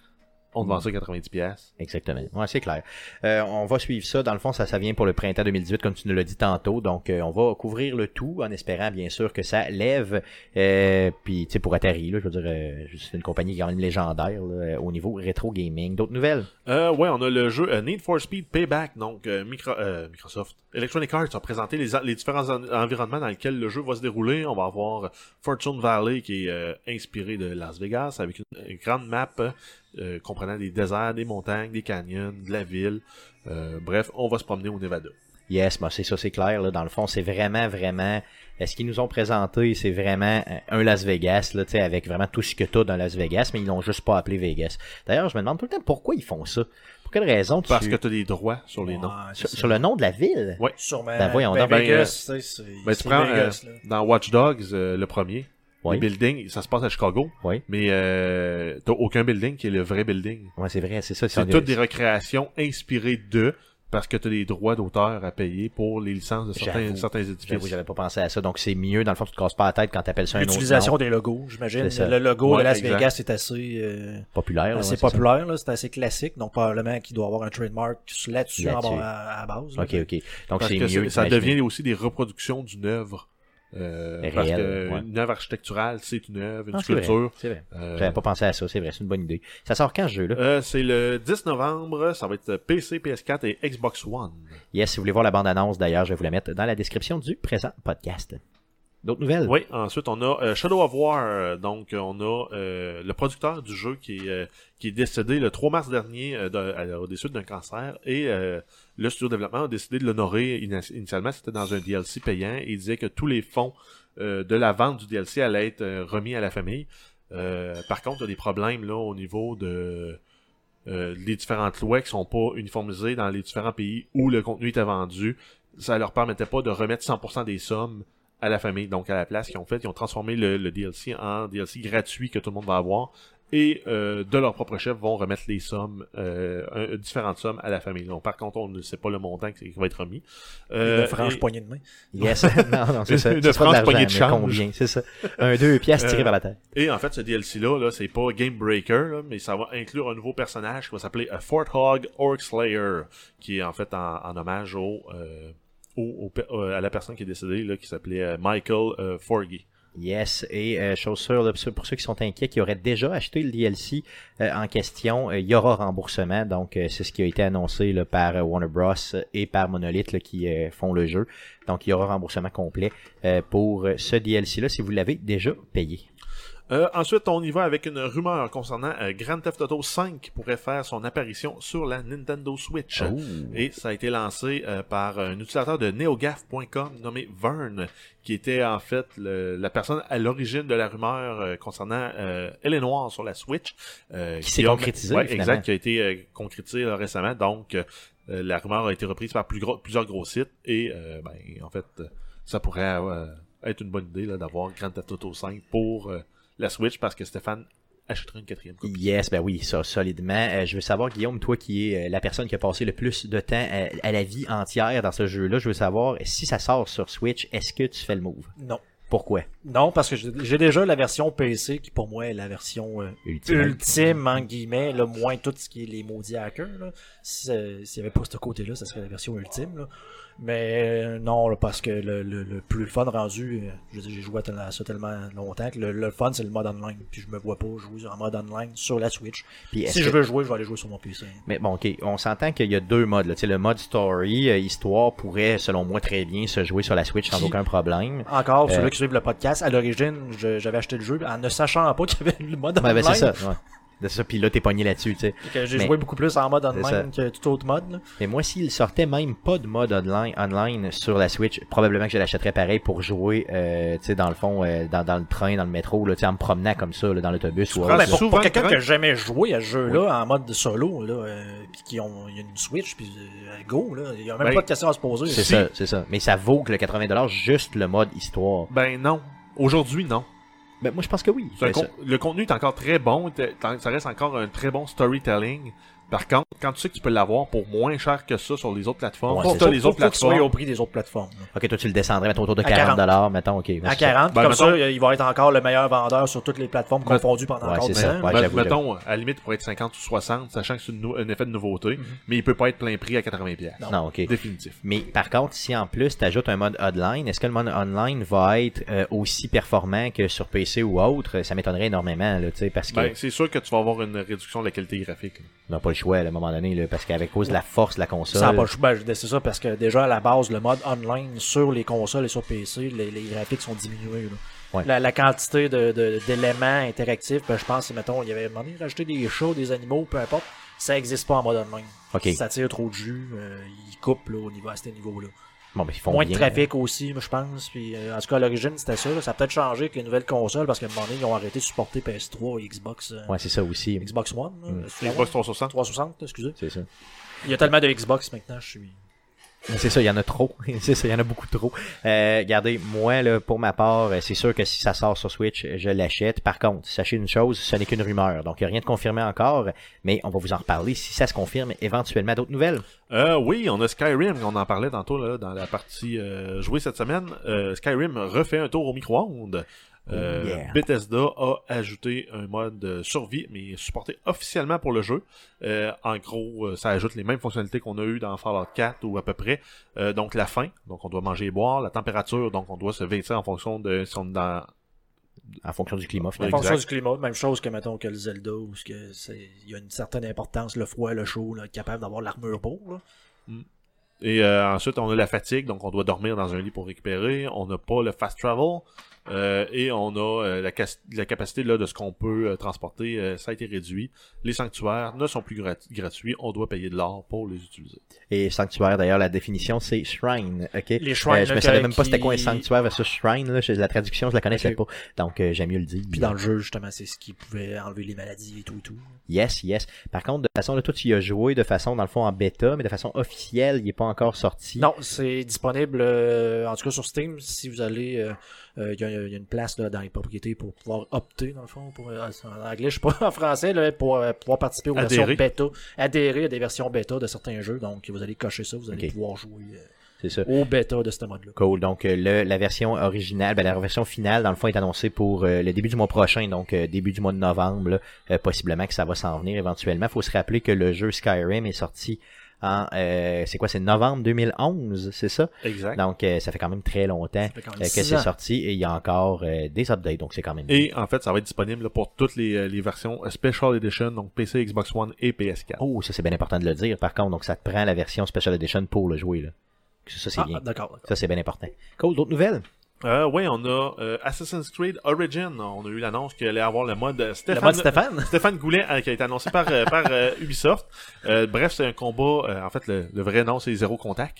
On te vend ça quatre-vingt-dix piastres. Exactement. Ouais, c'est clair. Euh, on va suivre ça. Dans le fond, ça, ça vient pour le printemps deux mille dix-huit, comme tu nous l'as dit tantôt. Donc, euh, on va couvrir le tout en espérant, bien sûr, que ça lève. Euh, puis, tu sais, pour Atari, là, je veux dire, euh, c'est une compagnie quand même légendaire là, au niveau rétro gaming. D'autres nouvelles? Euh, ouais, on a le jeu euh, Need for Speed Payback. Donc, euh, Micro, euh, Microsoft, Electronic Arts a présenté les, les différents en- environnements dans lesquels le jeu va se dérouler. On va avoir Fortune Valley qui est euh, inspiré de Las Vegas avec une, une grande map euh, comprenant des déserts, des montagnes, des canyons, de la ville. Euh, bref, on va se promener au Nevada. Yes, bah c'est ça, c'est clair. Là, dans le fond, c'est vraiment, vraiment... Ce qu'ils nous ont présenté, c'est vraiment un Las Vegas, là, avec vraiment tout ce que t'as dans Las Vegas, mais ils l'ont juste pas appelé Vegas. D'ailleurs, je me demande tout le temps pourquoi ils font ça. Pour quelle raison tu... Parce que tu as des droits sur les noms. Ouais, Sur, c'est sur le nom de la ville? Ouais. Sûrement. Ben, voyons ben, donc. Ben, Vegas, tu sais, c'est Ben, tu c'est prends Vegas, euh, là. dans Watch Dogs, euh, le premier, Oui. les buildings, ça se passe à Chicago, Oui. mais euh, t'as aucun building qui est le vrai building. Ouais, c'est vrai, c'est ça. C'est toutes des recréations inspirées d'eux, parce que tu as des droits d'auteur à payer pour les licences de certains, J'avoue. certains J'avoue, édifices. j'avais pas pensé à ça. Donc, c'est mieux. Dans le fond, tu te casses pas la tête quand t'appelles ça un autre L'utilisation nom. des logos, j'imagine. C'est ça. Le logo Ouais, de Las exact. Vegas est assez, euh, Populaire. là, assez ouais, c'est ça. populaire, là, c'est assez classique. Donc, probablement qu'il doit avoir un trademark là-dessus, Là-dessus. en bas- à, à base. là. Ok, ok. Donc, Parce c'est que mieux. c'est- ça d'imaginer. devient aussi des reproductions d'une œuvre. Euh, Réel, parce que ouais. une œuvre architecturale, c'est une œuvre, une Ah, c'est vrai, sculpture. c'est vrai. Euh, J'avais pas pensé à ça, c'est vrai, c'est une bonne idée. Ça sort quand ce jeu-là? euh, c'est le dix novembre, ça va être P C, P S quatre et Xbox One. Yes, si vous voulez voir la bande-annonce, d'ailleurs, je vais vous la mettre dans la description du présent podcast. D'autres nouvelles? Oui, ensuite on a euh, Shadow of War, euh, donc euh, on a euh, le producteur du jeu qui est, euh, qui est décédé le trois mars dernier euh, de, à- au décès d'un cancer, et euh, le studio de développement a décidé de l'honorer. Ini- Initialement, c'était dans un D L C payant, et il disait que tous les fonds euh, de la vente du D L C allaient être euh, remis à la famille. Euh, par contre, il y a des problèmes là au niveau de euh, les différentes lois qui sont pas uniformisées dans les différents pays où le contenu était vendu. Ça leur permettait pas de remettre cent pour cent des sommes à la famille. Donc, à la place qu'ils ont fait, ils ont transformé le, le D L C en D L C gratuit que tout le monde va avoir. Et euh, de leur propre chef vont remettre les sommes, euh, un- différentes sommes à la famille. Donc, par contre, on ne sait pas le montant qui, qui va être remis. Euh, Une franche et- poignée de main. Yes. non, non, c'est ça. Une C'est pas de franche l'argent, poignée de mais change. combien, c'est ça. Un, deux piastres tirés Euh, vers la tête. Et en fait, ce D L C-là, là, c'est pas Game Breaker, là, mais ça va inclure un nouveau personnage qui va s'appeler euh, Fort Hog Orc Slayer, qui est en fait en, en hommage au, euh, au, au pe- euh, à la personne qui est décédée, là, qui s'appelait euh, Michael euh, Forgy. Yes, et euh, chose sûre, là, pour ceux- pour ceux qui sont inquiets, qui auraient déjà acheté le D L C euh, en question, euh, il y aura remboursement. Donc, euh, c'est ce qui a été annoncé là, par euh, Warner Bros. Et par Monolith là, qui euh, font le jeu. Donc, il y aura remboursement complet euh, pour euh, ce D L C-là si vous l'avez déjà payé. Euh, ensuite, on y va avec une rumeur concernant euh, Grand Theft Auto cinq qui pourrait faire son apparition sur la Nintendo Switch. Oh. Et ça a été lancé euh, par un utilisateur de NeoGaf point com nommé Vern, qui était en fait le- la personne à l'origine de la rumeur euh, concernant euh, Elle est Noire sur la Switch. euh, Qui s'est a- concrétisée, ouais, finalement. exact, qui a été euh, concrétisée là, récemment. Donc, euh, la rumeur a été reprise par plus gros, plusieurs gros sites. Et, euh, ben, en fait, euh, ça pourrait euh, être une bonne idée là, d'avoir Grand Theft Auto cinq pour euh, la Switch, parce que Stéphane achèterait une quatrième copie. Yes, ben oui, ça, solidement. Euh, je veux savoir, Guillaume, toi qui es euh, la personne qui a passé le plus de temps à, à la vie entière dans ce jeu-là, je veux savoir, si ça sort sur Switch, est-ce que tu fais le move? Non. Pourquoi? Non, parce que j'ai j'ai déjà la version P C qui pour moi est la version euh, Ultime. ultime, en guillemets, là, moins tout ce qui est les maudits hackers. Là. Si, euh, s'il n'y avait pas ce côté-là, ça serait la version ultime. Là. Mais euh, non, là, parce que le, le, le plus fun rendu, euh, je veux dire, j'ai joué à, tel- à ça tellement longtemps que le, le fun c'est le mode online. Puis je me vois pas jouer en mode online sur la Switch. Puis est-ce Si que- je veux jouer, je vais aller jouer sur mon P C. Mais bon, ok, on s'entend qu'il y a deux modes. Là. Tu sais, le mode story, euh, histoire, pourrait, selon moi, très bien se jouer sur la Switch sans Qui- aucun problème. Encore, pour Euh, ceux qui suivent le podcast, à l'origine, je- j'avais acheté le jeu en ne sachant pas qu'il y avait le mode Ouais, online. ben c'est ça. Ouais. C'est ça, puis là, t'es pogné là-dessus, tu sais. Que j'ai Mais- joué beaucoup plus en mode C'est online que tout autre mode. Là. Mais moi, s'il sortait même pas de mode online, online sur la Switch, probablement que je l'achèterais pareil pour jouer, euh, tu sais, dans le fond, euh, dans, dans le train, dans le métro, là, tu sais, en me promenant comme ça, là, dans l'autobus ou prends autre, la là. Pour, souvent pour quelqu'un le qui train. a jamais joué à ce jeu-là en mode solo, là, euh, puis qui ont il y a une Switch, puis euh, go, là, il y a même Ben, pas de question à se poser. C'est Si. ça, c'est ça. Mais ça vaut que le quatre-vingts dollars juste le mode histoire. Ben non. Aujourd'hui, non. Ben, moi, je pense que oui. C'est un Mais ça- con- Le contenu est encore très bon, t'es- t'en- ça reste encore un très bon storytelling, Par contre, quand tu sais que tu peux l'avoir pour moins cher que ça sur les autres plateformes, Ouais, si c'est t'as ça. les Faut, autres faut que tu sois plateformes, au prix des autres plateformes. là. Ok, toi tu le descendrais, mettons autour de À quarante quarante. dollars, mettons, ok. À quarante, Ben, comme mettons- ça, il va être encore le meilleur vendeur sur toutes les plateformes Mais- confondues pendant Ouais, encore c'est dix ça. ans. Ouais, met- j'avoue, mettons, à la limite, pour être cinquante ou soixante, sachant que c'est une nou- un effet de nouveauté, mais il peut pas être plein prix à quatre-vingts dollars. Non, ok. Définitif. Mais par contre, si en plus tu ajoutes un mode online, est-ce que le mode online va être euh, aussi performant que sur P C ou autre? Ça m'étonnerait énormément, là, tu sais, parce que Ben, c'est sûr que tu vas avoir une réduction de la qualité graphique. on n'a pas le choix là, à un moment donné, là, parce qu'avec cause de la force de la console. Ça a pas le choix. Ben, c'est ça, parce que déjà, à la base, le mode online sur les consoles et sur P C, les, les graphiques sont diminués. là. Ouais. La, la quantité de, de- d'éléments interactifs, ben, je pense, mettons, il y avait un moment donné, rajouter des chats, des animaux, peu importe, ça n'existe pas en mode online. Ok. Ça tire trop de jus, euh, ils coupent là, au niveau, à ce niveau-là. Bon, ben, ils font Moins bien, de trafic aussi, moi, je pense. Puis, euh, en tout cas, à l'origine, c'était ça. là. Ça a peut-être changé avec les nouvelles consoles, parce qu'à un moment donné, ils ont arrêté de supporter P S trois et Xbox, euh, hein. Ouais, c'est ça aussi. Xbox One. là. Mm. C'est la Xbox One? trois cent soixante. trois cent soixante, excusez. C'est ça. Il y a tellement de Xbox maintenant, je suis... C'est ça, il y en a trop. C'est ça, il y en a beaucoup trop. Euh, regardez, moi, là, pour ma part, euh, c'est sûr que si ça sort sur Switch, je l'achète. Par contre, sachez une chose, ce n'est qu'une rumeur. Donc, il n'y a rien de confirmé encore, mais on va vous en reparler si ça se confirme éventuellement. D'autres nouvelles? Euh, oui, on a Skyrim, on en parlait tantôt là, dans la partie euh, jouée cette semaine. Euh, Skyrim refait un tour au micro-ondes. Euh, Oh yeah. Bethesda a ajouté un mode euh, survie, mais supporté officiellement pour le jeu. Euh, en gros, euh, ça ajoute les mêmes fonctionnalités qu'on a eu dans Fallout quatre ou à peu près. Euh, donc la faim, donc on doit manger et boire. La température, donc on doit se vêtir en fonction de si on est dans... En fonction du climat, En finalement. fonction Exact. du climat, même chose que, mettons, que le Zelda, où ce que c'est, il y a une certaine importance, le froid, le chaud, là, être capable d'avoir l'armure pour, là. Et euh, ensuite, on a la fatigue, donc on doit dormir dans un lit pour récupérer. On n'a pas le fast travel. Euh, et on a euh, la, cas- la capacité là, de ce qu'on peut euh, transporter, euh, ça a été réduit. Les sanctuaires ne sont plus grat- gratuits, on doit payer de l'or pour les utiliser. Et sanctuaire, d'ailleurs, la définition, c'est shrine, ok? Les shrines, Euh, je me là, savais que- même pas c'était quoi un qui- sanctuaire versus shrine, là. Je- La traduction, je la connaissais Ok. pas. Donc, euh, j'aime mieux le dire. Puis dans le jeu, justement, c'est ce qui pouvait enlever les maladies et tout et tout. Yes, yes. Par contre, de façon, là, toi, tu y as joué de façon, dans le fond, en bêta, mais de façon officielle, il est pas encore sorti. Non, c'est disponible, euh, en tout cas sur Steam, si vous allez, euh, euh, il y, a- il y a une place là, dans les propriétés pour pouvoir opter, dans le fond, pour, euh, en anglais, je sais pas, en français, là, pour euh, pouvoir participer aux Adhérer. versions bêta, adhérer à des versions bêta de certains jeux, donc vous allez cocher ça, vous allez Ok. pouvoir jouer euh, C'est ça. au bêta de ce mode-là. Cool. Donc, euh, le, la version originale, ben, la version finale, dans le fond, est annoncée pour euh, le début du mois prochain, donc euh, début du mois de novembre, là, euh, possiblement que ça va s'en venir éventuellement. Faut se rappeler que le jeu Skyrim est sorti en, euh, c'est quoi, c'est novembre deux mille onze, c'est ça? Exact. Donc, euh, ça fait quand même très longtemps fait quand même euh, que six c'est ans. sorti et il y a encore euh, des updates, donc c'est quand même Et en fait, ça va être disponible là, pour toutes les, euh, les versions euh, Special Edition, donc P C, Xbox One et P S quatre. Oh, ça c'est bien important de le dire. Par contre, donc ça te prend la version Special Edition pour le jouer, là. Ça, c'est Ah, bien. d'accord. d'accord. Ça, c'est bien important. Cool. D'autres nouvelles? Euh, oui, on a euh, Assassin's Creed Origin. On a eu l'annonce qu'il allait avoir le mode euh, Le Stéphane, mode Stéphane? Stéphane Goulet euh, qui a été annoncé par, euh, par euh, Ubisoft. Euh, bref, c'est un combat, euh, en fait, le, le vrai nom, c'est Zéro Contact,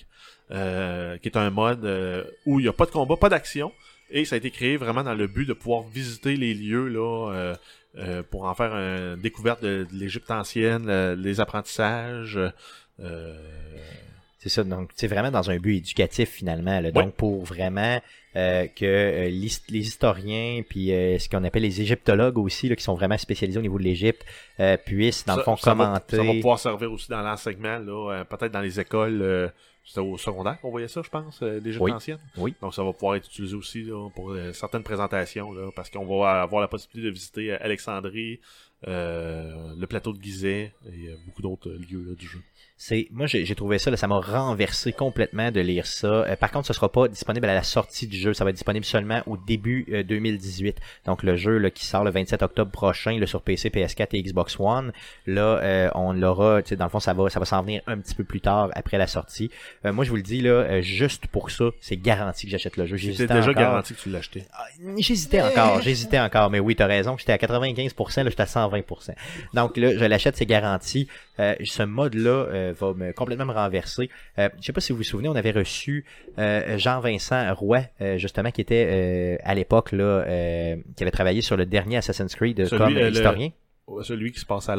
euh, qui est un mode euh, où il n'y a pas de combat, pas d'action, et ça a été créé vraiment dans le but de pouvoir visiter les lieux là euh, euh, pour en faire une découverte de, de l'Égypte ancienne, euh, les apprentissages. Euh, C'est ça, donc c'est vraiment dans un but éducatif finalement. Là. Ouais. Donc pour vraiment euh, que euh, l'his- les historiens puis euh, ce qu'on appelle les égyptologues aussi, là, qui sont vraiment spécialisés au niveau de l'Égypte, euh, puissent dans ça, le fond ça va- commenter. ça va pouvoir servir aussi dans l'enseignement, là, euh, peut-être dans les écoles. Euh, c'était au secondaire qu'on voyait ça, je pense, euh, l'Égypte Oui. ancienne. Oui. Donc ça va pouvoir être utilisé aussi là, pour euh, certaines présentations, là, parce qu'on va avoir la possibilité de visiter euh, Alexandrie, euh, le plateau de Gizeh et euh, beaucoup d'autres euh, lieux là, du jeu. C'est moi j'ai j'ai trouvé ça là, ça m'a renversé complètement de lire ça. Euh, par contre, ce sera pas disponible à la sortie du jeu, ça va être disponible seulement au début euh, deux mille dix-huit. Donc le jeu là, qui sort le vingt-sept octobre prochain là, sur P C, P S quatre et Xbox One, là euh, on l'aura, tu sais dans le fond ça va ça va s'en venir un petit peu plus tard après la sortie. Euh, moi je vous le dis là, euh, juste pour ça, c'est garanti que j'achète le jeu. C'était J'hésitais déjà encore. garanti que tu l'achetais. Ah, J'hésitais encore, j'hésitais encore, mais oui, t'as raison, j'étais à quatre-vingt-quinze pour cent, là, j'étais à cent vingt pour cent. Donc là, je l'achète, c'est garanti. Euh, ce mode-là euh, va me complètement me renverser. Euh, je sais pas si vous vous souvenez, on avait reçu euh, Jean-Vincent Roy, euh, justement, qui était euh, à l'époque là, euh, qui avait travaillé sur le dernier Assassin's Creed euh, Celui, comme euh, le- historien. Ouais, celui qui se passe à Londres.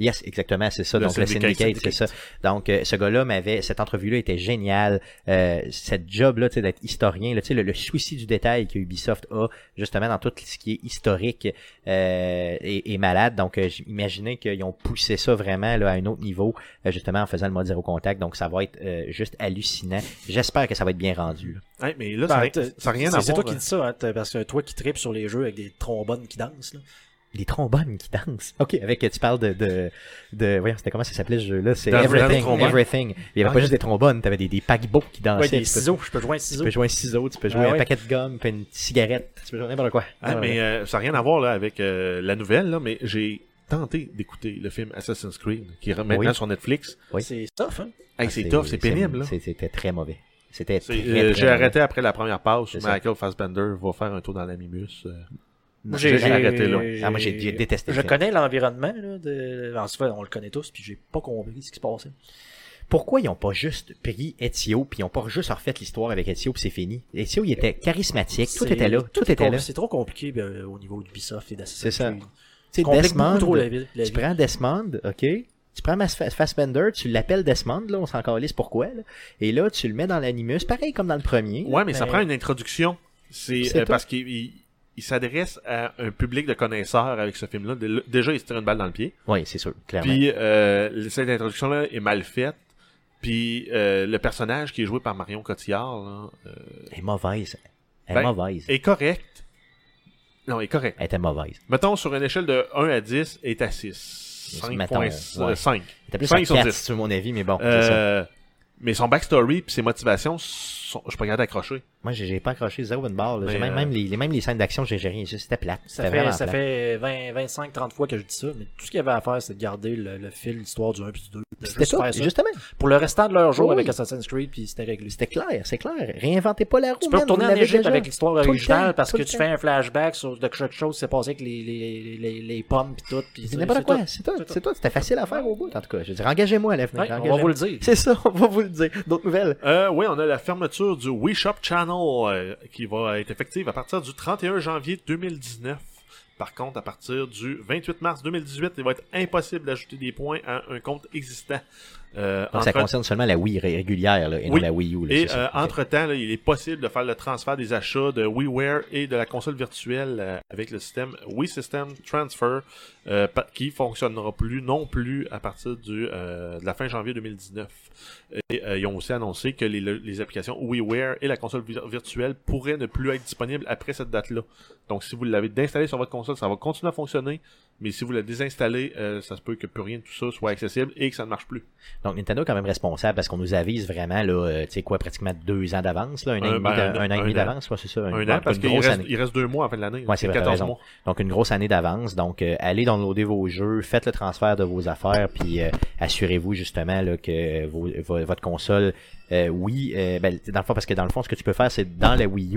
Yes, exactement, c'est ça. Le Donc, le Syndicate, Syndicate, c'est ça. Donc, euh, ce gars-là m'avait, cette entrevue-là était géniale. Euh, cette job-là, tu sais, d'être historien, là, tu sais, le, le souci du détail que Ubisoft a, justement, dans tout ce qui est historique, euh, est, est malade. Donc, euh, j'imaginais qu'ils ont poussé ça vraiment, là, à un autre niveau, euh, justement, en faisant le mode zéro contact. Donc, ça va être euh, juste hallucinant. J'espère que ça va être bien rendu, là. Hey, mais là, Ben, ça, t'as- ça n'a rien c'est- à voir. C'est toi qui hein. dis ça, hein, t'as- parce que toi qui tripes sur les jeux avec des trombones qui dansent. Là. Des trombones qui dansent. Ok, avec, tu parles de, de, de, voyons, c'était comment ça s'appelait ce jeu-là? C'est Dans- dans le Everything, trombone. Everything. Il y avait Ah, pas juste des trombones, t'avais des, des paquebots qui dansaient. Ouais, des Tu peux- ciseaux, je peux jouer un Tu ciseau. peux jouer un ciseau, tu peux jouer Ah un ouais. paquet de gomme, puis une cigarette, tu peux jouer n'importe quoi. Ah, mais euh, ça n'a rien à voir là, avec euh, la nouvelle, là, mais j'ai tenté d'écouter le film Assassin's Creed, qui est maintenant Oui. sur Netflix. Oui. C'est tough, hein? Hey, c'est tough, c'est pénible. là. c'est- C'était très mauvais. C'était C'est- très, euh, très J'ai mauvais. arrêté après la première pause. C'est ça. Michael Fassbender va faire un tour dans l'Animus. euh. Moi, j'ai- j'ai arrêté là. Ah, moi, j'ai- j'ai détesté le Je film. connais l'environnement, là, de... en fait, on le connaît tous, puis j'ai pas compris ce qui se passait. Pourquoi ils ont pas juste pris Ezio, puis ils ont pas juste refait l'histoire avec Ezio, puis c'est fini? Ezio, il était charismatique, tout C'est- était là, tout est était compl- là. C'est trop compliqué ben, au niveau d'Ubisoft et d'Assassin's C'est ça. Creed. Tu sais, Complique beaucoup trop la Desmond, vie. la tu vie. prends Desmond, ok? Tu prends Mas- Fassbender, tu l'appelles Desmond, là, on s'en calisse pourquoi, là. Et là, tu le mets dans l'animus, pareil comme dans le premier. Ouais, mais ça Mais- prend une introduction. C'est C'est euh, tout. parce qu'il il, il s'adresse à un public de connaisseurs avec ce film-là. Dé- Déjà, il se tire une balle dans le pied. Oui, c'est sûr, clairement. Puis euh, cette introduction-là est mal faite. Puis euh, le personnage qui est joué par Marion Cotillard là, euh, Elle est mauvaise. Elle est Ben, mauvaise. est correct. Non, est correct. Elle était mauvaise. Mettons, sur une échelle de un à dix, elle est à six. Mettons, cinq ouais. point cinq. Elle était plus cinq à sur quatre, dix. si tu veux mon avis, mais bon, c'est ça. Euh, mais son backstory puis ses motivations, sont, je suis pas capable d'accrocher. Moi, j'ai j'ai pas accroché zéro une barre, là. J'ai Mais, même, euh, même, les, les- même les scènes d'action, j'ai j'ai rien. C'était plate. Ça C'était fait, vraiment ça plate. fait vingt, vingt-cinq, trente fois que je dis ça, mais tout ce qu'il y avait à faire, c'est de garder le, le fil, l'histoire du un puis du deux. De C'était juste ça, faire ça. justement. Pour le restant de leur jour Oui. avec Assassin's Creed, puis c'était réglé. C'était clair, c'est clair. Réinventez pas la roue, Tu peux man, retourner vous en l'avez Égypte déjà. avec l'histoire Tout le originale temps, parce tout que le tu temps. fais un flashback sur de quelque chose qui s'est passé avec les, les, les, les pommes pis tout. Pis C'est n'importe quoi, c'est tout, c'est tout. C'était facile à faire au bout, en tout cas. Je veux dire, engagez-moi à l'avenir. Ouais, on va engagez-moi. vous le dire. C'est ça, on va vous le dire. D'autres nouvelles? Euh, oui, on a la fermeture du Wii Shop Channel euh, qui va être effective à partir du trente et un janvier deux mille dix-neuf. Par contre, à partir du vingt-huit mars deux mille dix-huit, il va être impossible d'ajouter des points à un compte existant. Euh, Donc, ça entre- concerne seulement la Wii ré- régulière, là, et non Oui. la Wii U. Là, Et c'est ça. euh, Ok. entre-temps, là, il est possible de faire le transfert des achats de WiiWare et de la console virtuelle euh, avec le système Wii System Transfer euh, pa- qui fonctionnera plus non plus à partir du, euh, de la fin janvier deux mille dix-neuf. Et euh, ils ont aussi annoncé que les, les applications WiiWare et la console vir- virtuelle pourraient ne plus être disponibles après cette date-là. Donc si vous l'avez installé sur votre console, ça va continuer à fonctionner, mais si vous la désinstallez, euh, ça se peut que plus rien de tout ça soit accessible et que ça ne marche plus. Donc, Nintendo est quand même responsable parce qu'on nous avise vraiment, là, euh, tu sais quoi, pratiquement deux ans d'avance, là, un, an Un- et demi ben, d'a- un an et un demi an. d'avance, ouais, c'est ça. Un ouais, an, parce une qu'il grosse reste, année. il reste deux mois à la fin de l'année. Ouais, c'est vrai, t'as quatorze raison. mois. Donc, une grosse année d'avance. Donc, euh, allez downloader vos jeux, faites le transfert de vos affaires, puis euh, assurez-vous justement là, que vos, vo- votre console, euh, oui, euh, ben, dans le fond, parce que dans le fond, ce que tu peux faire, c'est dans la Wii U.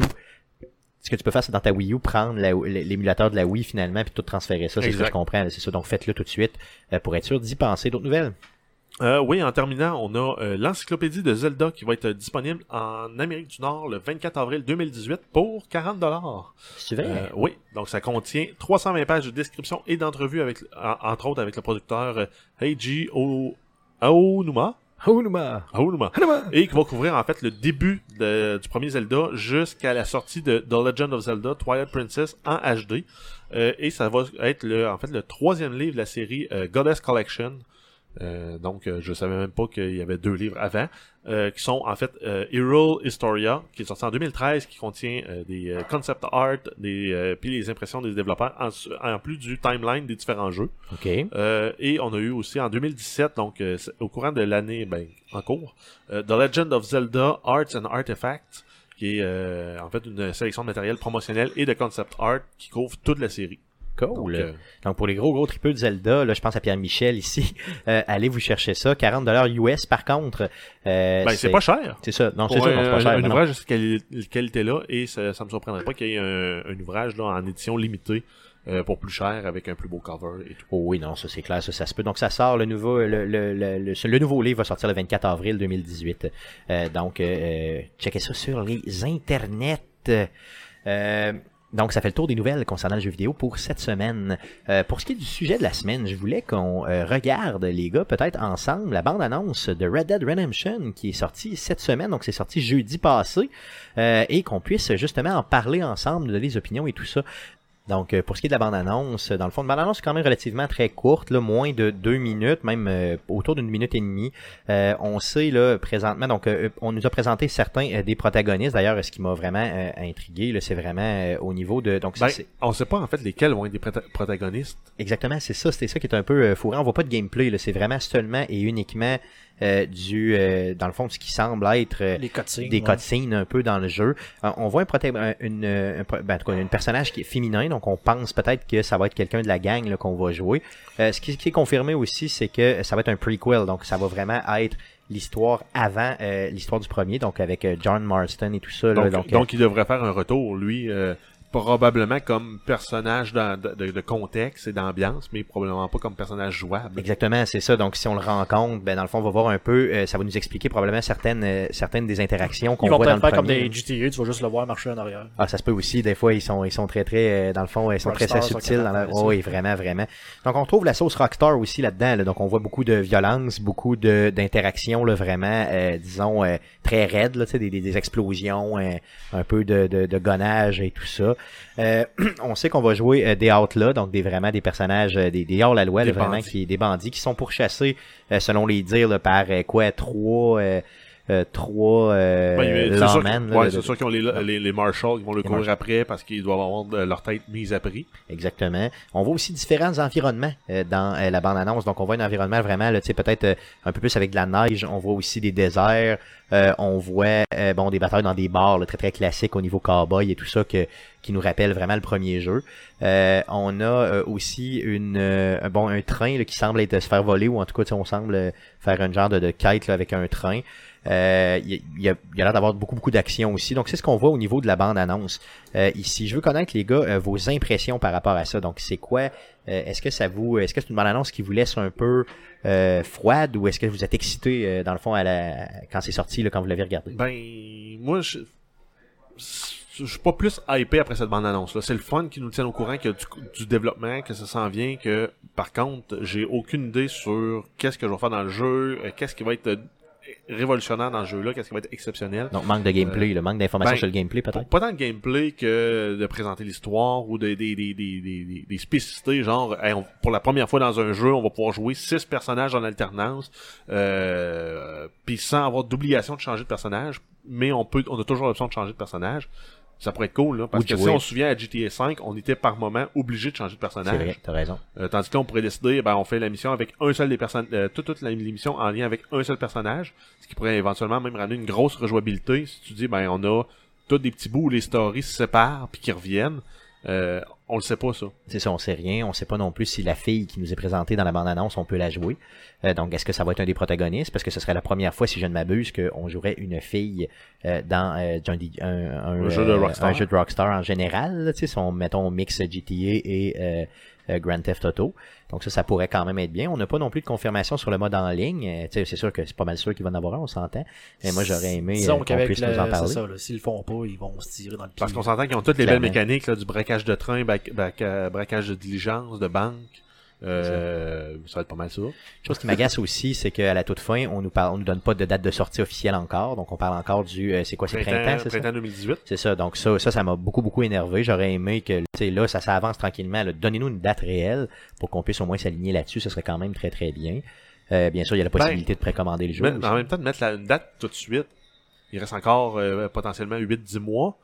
Ce que tu peux faire, c'est dans ta Wii U, prendre la- l'émulateur de la Wii finalement, puis tout transférer ça. C'est ce que Exact. je comprends. C'est ça. Donc, faites-le tout de suite euh, pour être sûr d'y penser. D'autres nouvelles? Euh, oui, en terminant, on a euh, l'encyclopédie de Zelda qui va être disponible en Amérique du Nord le vingt-quatre avril deux mille dix-huit pour quarante dollars. C'est vrai? Euh, oui, donc ça contient trois cent vingt pages de description et d'entrevues avec, en- entre autres avec le producteur euh, Heiji O- Aonuma. Aonuma! Aonuma. Et qui va couvrir en fait le début de- du premier Zelda jusqu'à la sortie de The Legend of Zelda Twilight Princess en H D. Euh, et ça va être le, en fait le troisième livre de la série euh, Goddess Collection. Euh, donc euh, je savais même pas qu'il y avait deux livres avant, euh, qui sont en fait euh, Hyrule Historia, qui est sorti en deux mille treize, qui contient euh, des euh, concept art, des euh, puis les impressions des développeurs, en, en plus du timeline des différents jeux. OK. Euh, et on a eu aussi en deux mille dix-sept, donc euh, c'est- au courant de l'année ben, en cours, euh, The Legend of Zelda Arts and Artifacts, qui est euh, en fait une sélection de matériel promotionnel et de concept art qui couvre toute la série. Cool. Donc, Donc, euh, pour les gros gros tripeux de Zelda, là, je pense à Pierre-Michel ici, euh, allez vous chercher ça. quarante dollars U S par contre. Euh, ben c'est pas cher. C'est ça. Non, c'est Pour ça, un, non, c'est pas cher. un mais non. ouvrage de cette quali- qualité-là, et ça, ça me surprendrait pas qu'il y ait un, un ouvrage là, en édition limitée euh, pour plus cher avec un plus beau cover et tout. Oh oui, non, ça c'est clair, ça, ça se peut. Donc ça sort, le nouveau le, le, le, le, le nouveau livre va sortir le vingt-quatre avril deux mille dix-huit. Euh, donc, euh, checkez ça sur les internets. Euh, Donc, ça fait le tour des nouvelles concernant le jeu vidéo pour cette semaine. Euh, pour ce qui est du sujet de la semaine, je voulais qu'on euh, regarde, les gars, peut-être ensemble, la bande-annonce de Red Dead Redemption qui est sortie cette semaine, donc c'est sorti jeudi passé, euh, et qu'on puisse justement en parler ensemble, donner des opinions et tout ça. Donc, euh, pour ce qui est de la bande-annonce, dans le fond, une bande-annonce est quand même relativement très courte, là, moins de deux minutes, même euh, autour d'une minute et demie. Euh, on sait, là, présentement, donc, euh, on nous a présenté certains euh, des protagonistes. D'ailleurs, ce qui m'a vraiment euh, intrigué, là, c'est vraiment euh, au niveau de... Donc, Ben, c'est, on sait pas, en fait, lesquels vont être des prota- protagonistes. exactement, c'est ça, c'était ça qui est un peu euh, fourrant. On voit pas de gameplay, là, c'est vraiment seulement et uniquement euh, du, euh, dans le fond, ce qui semble être euh, Les cutscenes. des ouais. cutscenes un peu dans le jeu. Euh, on voit un proté- un- une, un, ben, en tout cas, une personnage qui est féminin, donc on pense peut-être que ça va être quelqu'un de la gang là, qu'on va jouer. Euh, ce, qui, ce qui est confirmé aussi, c'est que ça va être un prequel, donc ça va vraiment être l'histoire avant euh, l'histoire du premier, donc avec euh, John Marston et tout ça. Là, Donc, donc, donc, euh, il devrait faire un retour, lui, euh, probablement comme personnage dans- de, de, de contexte et d'ambiance, mais probablement pas comme personnage jouable. exactement, c'est ça. Donc si on le rencontre, ben dans le fond, on va voir un peu, euh, ça va nous expliquer probablement certaines euh, certaines des interactions qu'on Ils vont voit dans peut-être le faire comme premier. des G T A, tu vas juste le voir marcher en arrière. Ah, ça se peut aussi. Des fois, ils sont, ils sont très, très, euh, dans le fond, ils sont très, très Rockstar sont subtils. Dans la... capables de faire oh, oui, vraiment, vraiment. Donc, on trouve la sauce Rockstar aussi là-dedans. Là. Donc, on voit beaucoup de violence, beaucoup de d'interactions, là, vraiment, euh, disons, euh, très raides, là, tu sais, des, des, des explosions, euh, un peu de, de, de gonnage et tout ça. Euh, on sait qu'on va jouer euh, des Outlaws, donc des vraiment des personnages, euh, des, des hors-la-loi, Des là, vraiment, bandits. qui des bandits qui sont pourchassés, euh, selon les dires, là, par euh, quoi, trois... Euh, euh, trois euh, Ben, mais c'est sûr, lawmen, que- là, ouais, de- c'est sûr qu'ils ont les, les, les marshals qui vont le courir marshals. après parce qu'ils doivent avoir de- leur tête mise à prix. Exactement. On voit aussi différents environnements euh, dans euh, la bande-annonce. Donc, on voit un environnement vraiment, là, tu sais, peut-être euh, un peu plus avec de la neige. On voit aussi des déserts. Euh, on voit, euh, bon, des batailles dans des bars, là, très très classiques au niveau cowboy et tout ça que qui nous rappelle vraiment le premier jeu. Euh, on a euh, aussi une, euh, un, bon, un train là, qui semble être se faire voler ou en tout cas, tu sais, on semble euh, faire un genre de, de quête là, avec un train. Euh, Il y, y a, y a l'air d'avoir beaucoup beaucoup d'actions aussi. Donc c'est ce qu'on voit au niveau de la bande-annonce. Euh, ici, je veux connaître les gars euh, vos impressions par rapport à ça. Donc c'est quoi euh, Est-ce que ça vous, est-ce que c'est une bande-annonce qui vous laisse un peu euh, froide ou est-ce que vous êtes excité euh, dans le fond à la quand c'est sorti là, quand vous l'avez regardé? Ben, moi, je, je suis pas plus hypé après cette bande-annonce là. C'est le fun qui nous tienne au courant qu'il y a du, du développement, que ça s'en vient, que par contre, j'ai aucune idée sur qu'est-ce que je vais faire dans le jeu, euh, qu'est-ce qui va être euh, révolutionnaire dans le jeu-là, qu'est-ce qui va être exceptionnel. Donc manque de gameplay, Euh, le manque d'informations ben, sur le gameplay peut-être. Pas tant de gameplay que de présenter l'histoire ou des des des des des, des spécificités genre hey, on- pour la première fois dans un jeu on va pouvoir jouer six personnages en alternance euh, puis sans avoir d'obligation de changer de personnage, mais on peut on a toujours l'option de changer de personnage. Ça pourrait être cool là, parce Ou de que si jouer. on se souvient à G T A cinq, on était par moment obligé de changer de C'est personnage. vrai, t'as raison. Euh, tandis que là, on pourrait décider, ben, on fait la mission avec un seul des personnes, euh, toute, toute la- l'émission en lien avec un seul personnage, ce qui pourrait éventuellement même ramener une grosse rejouabilité. Si tu dis, ben, on a tous des petits bouts où les stories se séparent puis qui reviennent, euh, on le sait pas, ça. C'est ça, on sait rien. On sait pas non plus si la fille qui nous est présentée dans la bande-annonce, on peut la jouer. Euh, donc, est-ce que ça va être un des protagonistes? Parce que ce serait la première fois, si je ne m'abuse, qu'on jouerait une fille euh, dans euh, un, un, Un jeu de euh, Rockstar. un jeu de Rockstar en général. Tu sais, si on, mettons, mix G T A et euh, euh, Grand Theft Auto. Donc ça, ça pourrait quand même être bien. On n'a pas non plus de confirmation sur le mode en ligne. Euh, tu sais, c'est sûr que c'est pas mal sûr qu'il va en avoir un, on s'entend. Mais moi, j'aurais aimé euh, Disons qu'on qu'avec puisse le- nous en c'est parler. ça, là, s'ils le font pas, ils vont se tirer dans le pied. Parce qu'on s'entend qu'ils ont toutes les Clairement. belles mécaniques, là, du braquage de train, braque- braque- euh, braquage de diligence, de banque. Euh, ça va être pas mal ça. Chose qui m'agace aussi, c'est qu'à la toute fin, on nous parle, on nous donne pas de date de sortie officielle encore. Donc on parle encore du, euh, c'est quoi, c'est printemps, Printemps, c'est ça? printemps deux mille dix-huit. C'est ça. Donc ça, ça, ça m'a beaucoup, beaucoup énervé. J'aurais aimé que, tu sais, là, ça s'avance tranquillement. là. Donnez-nous une date réelle pour qu'on puisse au moins s'aligner là-dessus. Ce serait quand même très, très bien. Euh, bien sûr, il y a la possibilité de précommander le jeu. Mais aussi. en même temps, de mettre la, une date tout de suite, il reste encore euh, potentiellement huit dix mois.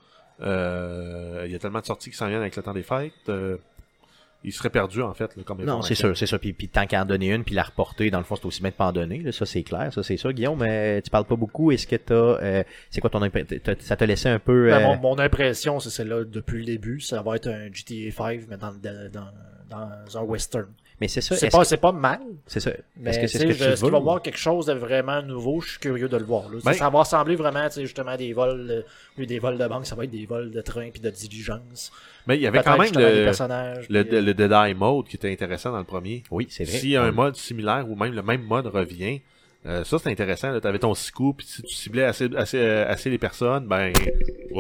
Euh, il y a tellement de sorties qui s'en viennent avec le temps des fêtes. Euh, il serait perdu, en fait, là, comme Non, c'est information. sûr, c'est sûr. Puis, puis tant qu'à en donner une, puis la reporter, dans le fond, c'est aussi bien de pas en donner. Là. Ça, c'est clair, ça, c'est sûr. Guillaume, euh, tu parles pas beaucoup. Est-ce que t'as... Euh, c'est quoi ton impression? Ça t'a laissé un peu... Ben, euh, mon, mon impression, c'est celle-là depuis le début. Ça va être un G T A cinq, mais dans, dans, dans, dans un western. Mais c'est ça. C'est est-ce pas, que- c'est pas mal, C'est ça. mais Est-ce que c'est ce tu que sais, tu je- est-ce qu'il veux? va y avoir quelque chose de vraiment nouveau? Je suis curieux de le voir. Là. Ben- ça va ressembler vraiment, tu sais, justement, à des vols, euh, au lieu des vols de banque, ça va être des vols de train puis de diligence. Mais il y avait Peut-être quand même justement des le, personnages. le, puis, euh, le Dead Eye Mode qui était intéressant dans le premier. Oui, c'est vrai. S'il y a un mode similaire ou même le même mode revient, euh, ça c'est intéressant. Tu avais ton scoop, puis si tu ciblais assez, assez, euh, assez les personnes, ben, oups,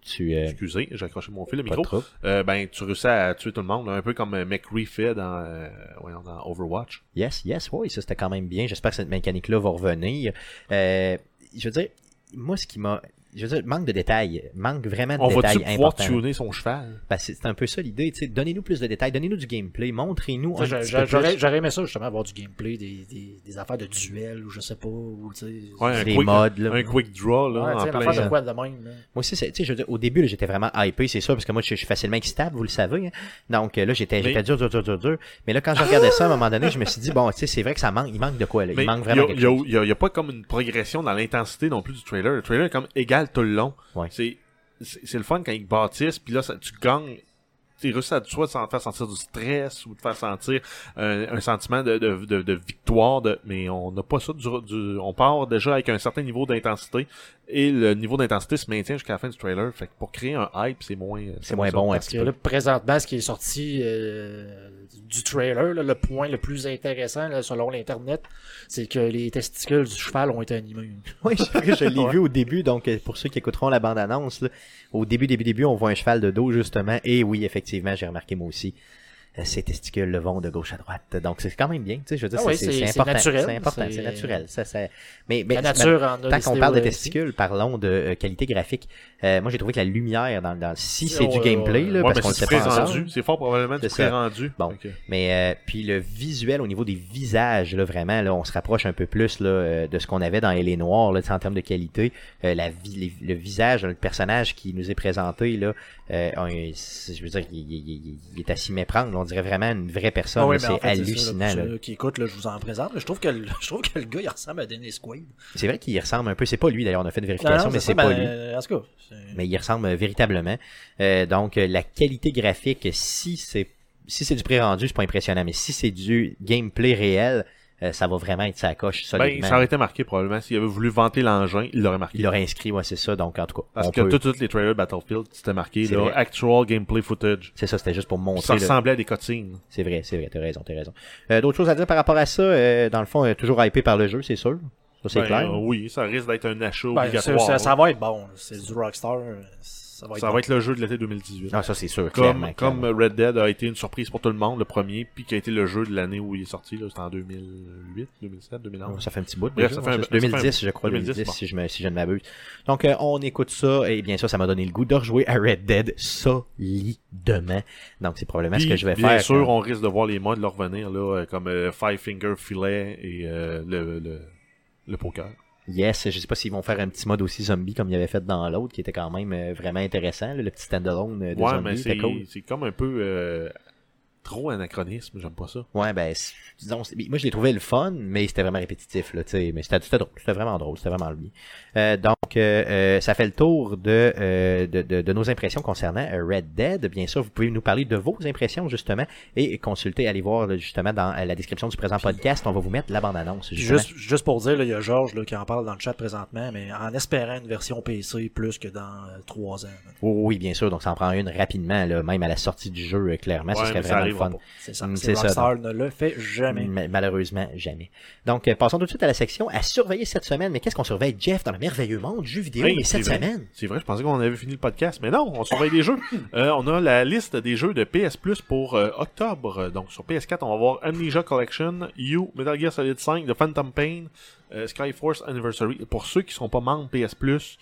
tu... Euh... Excusez, j'ai accroché mon fil, le Pas micro. de trouble. Euh, ben, tu réussis à tuer tout le monde, là, un peu comme euh, McCree fait dans, euh, voyons, dans Overwatch. Yes, yes, oui, ça c'était quand même bien. J'espère que cette mécanique-là va revenir. Euh, je veux dire, moi, ce qui m'a... Je veux dire, manque de détails. Manque vraiment de On détails va-tu pouvoir importants. tuner son cheval? Ben, c'est c'est un peu ça l'idée, tu sais. Donnez-nous plus de détails, donnez-nous du gameplay, montrez-nous un J'a- petit j'a- peu J'aurais plus. j'aurais aimé ça, justement, avoir du gameplay, des, des, des affaires de duel, ou je sais pas, ou tu sais. Ouais, un Des quick, modes, là. un quick draw, là, Ouais, tu en sais, plein... l'affaire de quoi de même, là. Moi aussi, c'est- tu sais, je veux dire, au début, là, j'étais vraiment hypé, c'est sûr, parce que moi, je, je suis facilement excitable, vous le savez. Hein. Donc euh, là, j'étais Mais- j'étais dur, dur, dur, dur, dur. Mais là, quand je regardais ça, à un moment donné, je me suis dit, bon, tu sais, c'est vrai que ça manque, il manque de quoi, là. Mais Il manque il vraiment y a, quelque il y a- chose. il y a- il y a pas comme une progression dans l'intensité non plus du trailer. Le trailer est comme égal tout le long. Ouais. C'est, c'est, c'est le fun quand ils bâtissent, puis là, ça, tu gagnes. Tu réussis à soit te faire sentir du stress ou te faire sentir un, un sentiment de, de, de, de victoire, de, mais on n'a pas ça du, du- on part déjà avec un certain niveau d'intensité et le niveau d'intensité se maintient jusqu'à la fin du trailer. Fait que pour créer un hype, c'est moins C'est moins bon, un Parce petit que peu. là, présentement, ce qui est sorti euh, du trailer, là, le point le plus intéressant, là, selon l'Internet, c'est que les testicules du cheval ont été animés. Oui, je, je l'ai vu au début, donc euh, pour ceux qui écouteront la bande-annonce, là, au début, début, début, on voit un cheval de dos, justement, et oui, effectivement, j'ai remarqué moi aussi, euh, ses testicules le vont de gauche à droite, donc c'est quand même bien, tu sais, je veux dire, Ah c'est oui, c'est- c'est- c'est c'est important, naturel, c'est important, c'est- c'est naturel, ça, ça, mais, mais La nature en a tant qu'on décidé parle de aussi. testicules, parlons de euh, qualité graphique. Euh, moi, j'ai trouvé que la lumière dans, dans si c'est Ouais, du ouais, gameplay, ouais. là, Ouais, parce mais qu'on le c'est sait pas encore. pré-rendu. C'est fort probablement du C'est ça. pré-rendu. Bon. Ok. Mais euh, puis le visuel au niveau des visages, là, vraiment, là, on se rapproche un peu plus là, euh, de ce qu'on avait dans Elle est Noire, là, tu sais, en termes de qualité. Euh, la vi- les- le visage, le personnage qui nous est présenté, là, euh, un- c'est- je veux dire, il, il- il- il est à s'y méprendre. Là. On dirait vraiment une vraie personne. Ah oui, là, mais en c'est fait, c'est hallucinant. ça, là, là. pour ceux qui écoutent, là, je vous en présente. Je trouve que le, je trouve que le gars, il ressemble à Dennis Quaid. C'est vrai qu'il ressemble un peu. C'est pas lui d'ailleurs. On a fait une Non, vérification, non, mais c'est c'est ça, pas ben, lui. euh, En tout cas, c'est- Mais il ressemble euh, véritablement. Euh, donc euh, la qualité graphique, si c'est si c'est du pré-rendu, c'est pas impressionnant, mais si c'est du gameplay réel, euh, ça va vraiment être sa coche Ben, solidement. ça aurait été marqué probablement. S'il avait voulu vanter l'engin, il l'aurait marqué. Il l'aurait inscrit, ouais, c'est ça. Donc en tout cas, Parce on que peut- tous les trailers Battlefield, c'était marqué C'est là, vrai. actual gameplay footage. c'est ça, c'était juste pour Ça montrer. le- ressemblait à des cutscenes. C'est vrai, c'est vrai, t'as raison, t'as raison. Euh, D'autres choses à dire par rapport à ça, euh, dans le fond, euh, toujours hypé par le jeu, c'est sûr. Ça, c'est Ben, clair. euh, oui, ça risque d'être un achat ben, obligatoire. ça, ça, là. ça va être bon. là. C'est du Rockstar. euh, Ça va être Ça bon. va être le jeu de l'été deux mille dix-huit. Ah, ça c'est sûr, Comme, clairement. comme clairement. Red Dead a été une surprise pour tout le monde, le premier, puis qui a été le jeu de l'année où il est sorti, là, c'était en deux mille huit, deux mille sept, deux mille neuf. Ça fait un petit bout. Bref, déjà, ça fait un- ouais, ça fait un- deux mille dix, je crois, deux mille dix, deux mille dix, bon. si je me, si je ne m'abuse. Donc, euh, on écoute ça, et bien sûr, ça m'a donné le goût de rejouer à Red Dead solidement. Donc, c'est probablement ce Puis, que je vais bien faire. sûr, quand- on risque de voir les modes leur revenir, là, euh, comme euh, Five Finger Filet et euh, le, le, le poker. Yes, je sais pas s'ils vont faire un petit mode aussi zombie comme il avait fait dans l'autre, qui était quand même euh, vraiment intéressant, là, le petit standalone euh, de Ouais, zombie, mais c'était c'est cool. c'est comme un peu euh, trop anachronisme, j'aime pas ça. Ouais, ben, c'est- disons, c'est- moi je l'ai trouvé le fun, mais c'était vraiment répétitif, là, tu sais, mais c'était c'était drôle, c'était vraiment drôle, c'était vraiment lui. Euh, donc, euh, euh, ça fait le tour de, euh, de, de, de nos impressions concernant euh, Red Dead. Bien sûr, vous pouvez nous parler de vos impressions, justement, et consulter, allez voir, là, justement, dans euh, la description du présent podcast, on va vous mettre la bande-annonce, Puis justement. Juste, juste pour dire, là, il y a Georges là, qui en parle dans le chat présentement, mais en espérant une version P C plus que dans euh, trois ans. là. Oh, oui, bien sûr, donc ça en prend une rapidement, là, même à la sortie du jeu, euh, clairement, ça Ouais, serait mais ça vraiment le arrivera fun. pas. C'est ça. Mm, C'est c'est ça, Rockstar ne le fait jamais. Ma- Malheureusement, jamais. Donc, euh, passons tout de suite à la section à surveiller cette semaine. Mais qu'est-ce qu'on surveille, Jeff, dans le merveilleux monde du jeu vidéo Hey, et cette c'est vrai. semaine? C'est vrai, je pensais qu'on avait fini le podcast, mais non, on surveille des jeux. Euh, on a la liste des jeux de P S Plus pour euh, octobre. Donc sur P S quatre, on va avoir Amnesia Collection, You, Metal Gear Solid cinq, The Phantom Pain, euh, Skyforce Anniversary. Pour ceux qui sont pas membres P S Plus,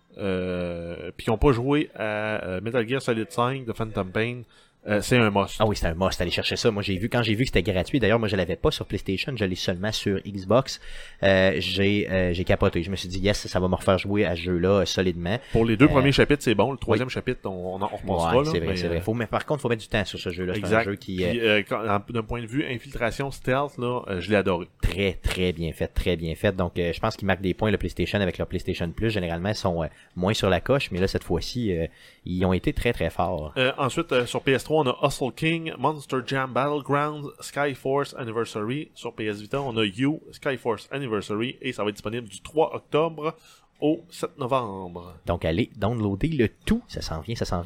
euh, puis qui n'ont pas joué à euh, Metal Gear Solid cinq, The Phantom Pain, euh, c'est un must. Ah oui, c'est un must, aller chercher ça. Moi, j'ai vu, quand j'ai vu que c'était gratuit, d'ailleurs, moi, je l'avais pas sur PlayStation, je l'ai seulement sur Xbox, euh, j'ai, euh, j'ai capoté. Je me suis dit, yes, ça va me refaire jouer à ce jeu-là euh, solidement. Pour les deux Euh, premiers chapitres, c'est bon. Le troisième chapitre, on, on, en- on repassera. Ouais, là, c'est vrai, mais, c'est vrai. euh, Faut, mais par contre, faut mettre du temps sur ce jeu-là. C'est Exact. un jeu qui est Puis, euh, quand- en- d'un point de vue infiltration stealth, là, euh, je l'ai adoré. très, très bien fait, très bien fait. Donc, euh, je pense qu'ils marquent des points, le PlayStation, avec leur PlayStation Plus. Généralement, ils sont euh, moins sur la coche, mais là, cette fois-ci, euh, ils ont été très, très forts. Euh, ensuite, euh, sur P S trois, on a Hustle King, Monster Jam Battlegrounds, Skyforce Anniversary. Sur P S Vita, on a You, Skyforce Anniversary, et ça va être disponible du trois octobre au sept novembre. Donc, allez downloader le tout. Ça s'en vient, ça s'en vient.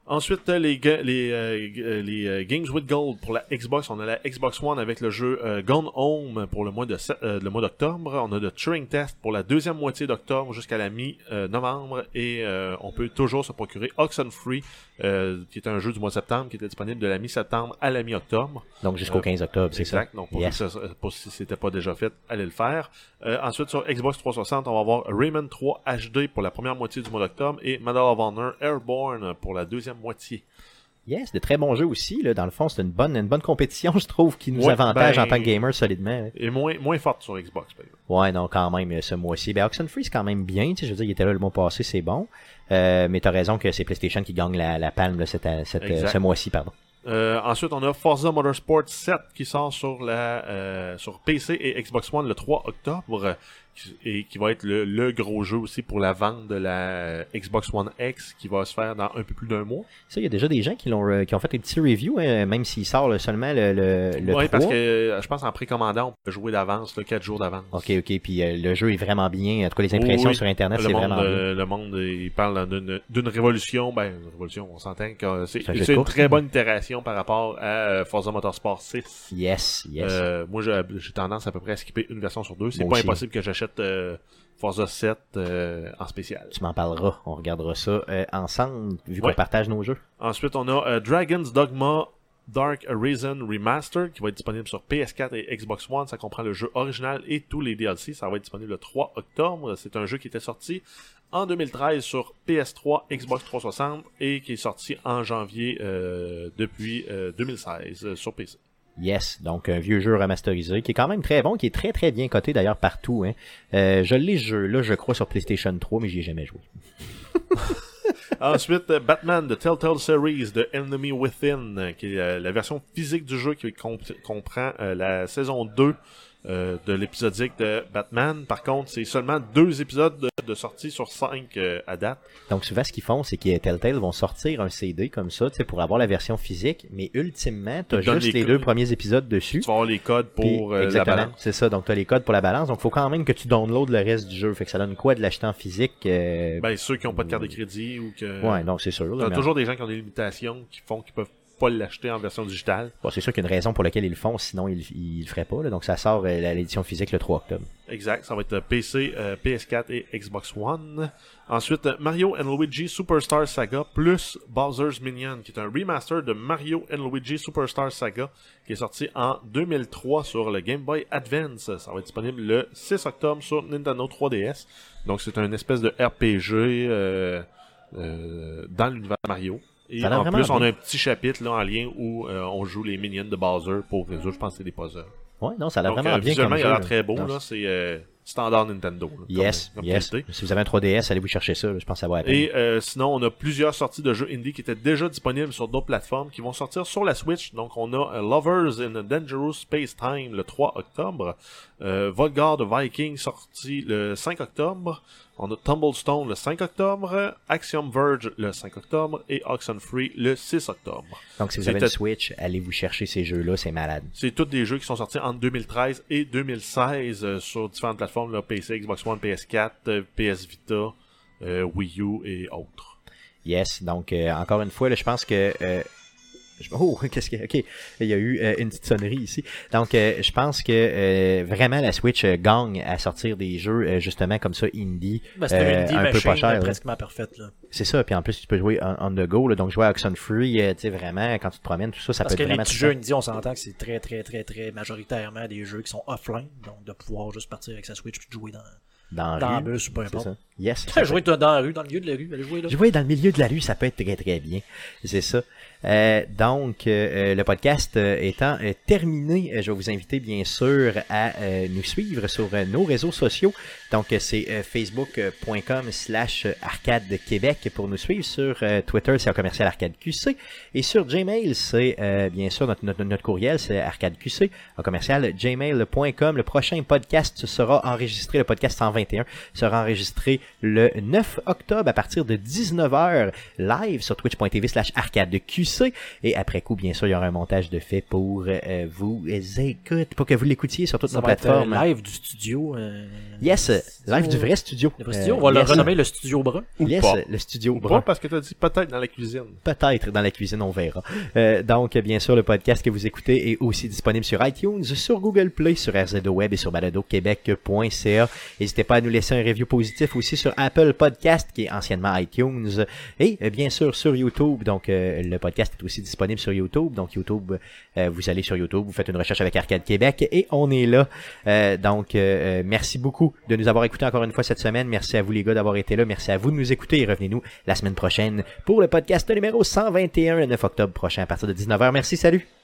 Ensuite, les, ga- les, euh, les euh, Games with Gold pour la Xbox. On a la Xbox One avec le jeu euh, Gone Home pour le mois de sept- euh, le mois d'octobre. On a le Turing Test pour la deuxième moitié d'octobre jusqu'à la mi-novembre. Et euh, on peut toujours se procurer Oxenfree, euh, qui est un jeu du mois de septembre, qui était disponible de la mi-septembre à la mi-octobre. Donc jusqu'au Euh, quinze octobre, c'est ça? Exact. Donc pour, Yes. ceux qui- pour si c'était pas déjà fait, allez le faire. Euh, ensuite, sur Xbox trois cent soixante, on va avoir Rayman trois H D pour la première moitié du mois d'octobre et Medal of Honor Airborne pour la deuxième moitié. Yes, de très bons jeux aussi. Là. Dans le fond, c'est une bonne, une bonne compétition, je trouve, qui nous Ouais, avantage ben, en tant que gamer solidement. Hein. Et moins, moins forte sur Xbox, par exemple. Ouais, non, quand même, ce mois-ci. Ben, Oxenfree, c'est quand même bien. Tu sais, je veux dire, il était là le mois passé, c'est bon. Euh, mais t'as raison que c'est PlayStation qui gagne la, la palme là, cette, cette, Exact. ce mois-ci, pardon. Euh, ensuite, on a Forza Motorsport sept qui sort sur la euh, sur P C et Xbox One le trois octobre et qui va être le, le gros jeu aussi pour la vente de la Xbox One X qui va se faire dans un peu plus d'un mois. Ça, il y a déjà des gens qui l'ont euh, qui ont fait des petits reviews, hein, même s'il sort là, seulement le, le, le Oui, trois. parce que euh, je pense en précommandant, on peut jouer d'avance, là, quatre jours d'avance. Ok, ok, puis euh, le jeu est vraiment bien. En tout cas, les impressions Oui, oui. sur Internet, le c'est monde, vraiment bien. euh, le monde, euh, il parle d'une, d'une révolution. Ben, une révolution, on s'entend que c'est, C'est un jeu c'est de une course. très bonne itération par rapport à euh, Forza Motorsport six. Yes, yes. Euh, moi, j'ai, j'ai tendance à peu près à skipper une version sur deux. C'est Moi pas aussi. impossible que j'achète euh, Forza sept euh, en spécial. Tu m'en parleras, on regardera ça euh, ensemble, vu qu'on Ouais. partage nos jeux. Ensuite, on a euh, Dragon's Dogma Dark Arisen Remastered qui va être disponible sur P S quatre et Xbox One. Ça comprend le jeu original et tous les D L C. Ça va être disponible le trois octobre. C'est un jeu qui était sorti en deux mille treize sur P S trois, Xbox trois cent soixante et qui est sorti en janvier euh, depuis euh, deux mille seize euh, sur P C. Yes, donc un vieux jeu remasterisé qui est quand même très bon, qui est très très bien coté d'ailleurs partout. Hein. Euh, je l'ai ce jeu-là, je crois, sur PlayStation trois, mais j'y ai jamais joué. Ensuite, euh, Batman The Telltale Series de Enemy Within, euh, qui est euh, la version physique du jeu qui comp- comprend euh, la saison deux euh, de l'épisodique de Batman. Par contre, c'est seulement deux épisodes de, de sortie sur cinq euh, à date. Donc souvent ce qu'ils font, c'est que Telltale vont sortir un C D comme ça, tu sais, pour avoir la version physique, mais ultimement, t'as Ils donnent juste les les codes. deux premiers épisodes dessus. Tu vas avoir les codes pour Puis, euh, la exactement, balance. c'est ça, donc t'as les codes pour la balance, donc faut quand même que tu downloades le reste du jeu, fait que ça donne quoi de l'acheter en physique euh... Ben, ceux qui n'ont pas de carte de crédit ou que... Ouais, donc c'est sûr. là, T'as mais- toujours des gens qui ont des limitations qui font qu'ils peuvent pas l'acheter en version digitale. Bon, c'est sûr qu'il y a une raison pour laquelle ils le font, sinon ils, ils le feraient pas, là. Donc ça sort euh, la- l'édition physique le trois octobre. Exact, ça va être P C, euh, P S quatre et Xbox One. Ensuite, Mario and Luigi Superstar Saga plus Bowser's Minion, qui est un remaster de Mario and Luigi Superstar Saga, qui est sorti en deux mille trois sur le Game Boy Advance. Ça va être disponible le six octobre sur Nintendo trois D S. Donc c'est un espèce de R P G euh, euh, dans l'univers de Mario. Et Ça a l'air en vraiment plus, on a bien. un petit chapitre là en lien où euh, on joue les minions de Bowser pour résoudre, je pense que c'est des puzzles. Ouais, non, ça a l'air Donc, vraiment euh, bien visuellement, comme il a l'air jeu, très là. beau, Non, là. C'est euh, standard Nintendo. Là, Yes, comme, comme yes. qualité. Si vous avez un trois D S, allez vous chercher ça, là. Je pense que ça va la peine. Et euh, sinon, on a plusieurs sorties de jeux indie qui étaient déjà disponibles sur d'autres plateformes qui vont sortir sur la Switch. Donc, on a euh, Lovers in a Dangerous Space Time le trois octobre. Euh, Volgar de Viking sorti le cinq octobre. On a Tumblestone le cinq octobre. Axiom Verge le cinq octobre. Et Oxenfree le six octobre. Donc si vous c'est avez une peut-être- Switch, allez vous chercher ces jeux-là, c'est malade. C'est tous des jeux qui sont sortis entre deux mille treize et deux mille seize euh, sur différentes plateformes, là, P C, Xbox One, P S quatre, euh, P S Vita, euh, Wii U et autres. Yes, donc euh, encore une fois, là, je pense que... Euh, je- Oh, qu'est-ce que... Ok, il y a eu euh, une petite sonnerie ici. Donc, euh, je pense que euh, vraiment la Switch euh, gagne à sortir des jeux euh, justement comme ça, indie, Ben, c'est euh, une indie un peu machine pas cher. là. presque parfaite. Là. C'est ça, puis en plus tu peux jouer on, on the go, là, donc jouer à Oxenfree, euh, tu sais vraiment, quand tu te promènes, tout ça, ça Parce peut que être les vraiment... petits jeux indie, on s'entend que c'est très, très, très, très majoritairement des jeux qui sont offline. Donc, de pouvoir juste partir avec sa Switch puis de jouer dans, dans, dans la la rue. bus ou peu C'est importe. ça. Yes. Jouer dans la rue, dans le milieu de la rue, aller jouer là. Jouer dans le milieu de la rue, ça peut être très très bien. C'est ça. Euh, donc, euh, le podcast euh, étant euh, terminé, euh, je vais vous inviter bien sûr à euh, nous suivre sur euh, nos réseaux sociaux. Donc, euh, c'est euh, facebook.com slash arcade québec pour nous suivre. Sur euh, Twitter, c'est un commercial arcade Q C. Et sur Gmail, c'est euh, bien sûr notre, notre, notre courriel, c'est arcadeqc, un commercial gmail point com. Le prochain podcast sera enregistré, le podcast cent vingt et un sera enregistré le neuf octobre à partir de dix-neuf heures live sur twitch.tv slash arcadeqc. C. Et après coup, bien sûr, il y aura un montage de fait pour euh, vous écouter, pour que vous l'écoutiez sur toutes Ça nos va être, euh, plateformes. live du studio. euh, Yes, euh, live studio- du vrai studio. Le vrai studio, Euh, on va le yes. renommer le studio brun. Ou Yes, pas. le studio Ou brun. pas parce que t'as dit peut-être dans la cuisine. Peut-être dans la cuisine, on verra. Euh, donc, bien sûr, le podcast que vous écoutez est aussi disponible sur iTunes, sur Google Play, sur R Z O Web et sur balado québec point c a. N'hésitez pas à nous laisser un review positif aussi sur Apple Podcast, qui est anciennement iTunes, et euh, bien sûr sur YouTube. Donc, euh, le podcast est aussi disponible sur YouTube. Donc, YouTube, euh, vous allez sur YouTube, vous faites une recherche avec Arcade Québec et on est là. Euh, donc, euh, merci beaucoup de nous avoir écoutés encore une fois cette semaine. Merci à vous les gars d'avoir été là. Merci à vous de nous écouter et revenez-nous la semaine prochaine pour le podcast numéro cent vingt et un le neuf octobre prochain à partir de dix-neuf heures. Merci, salut!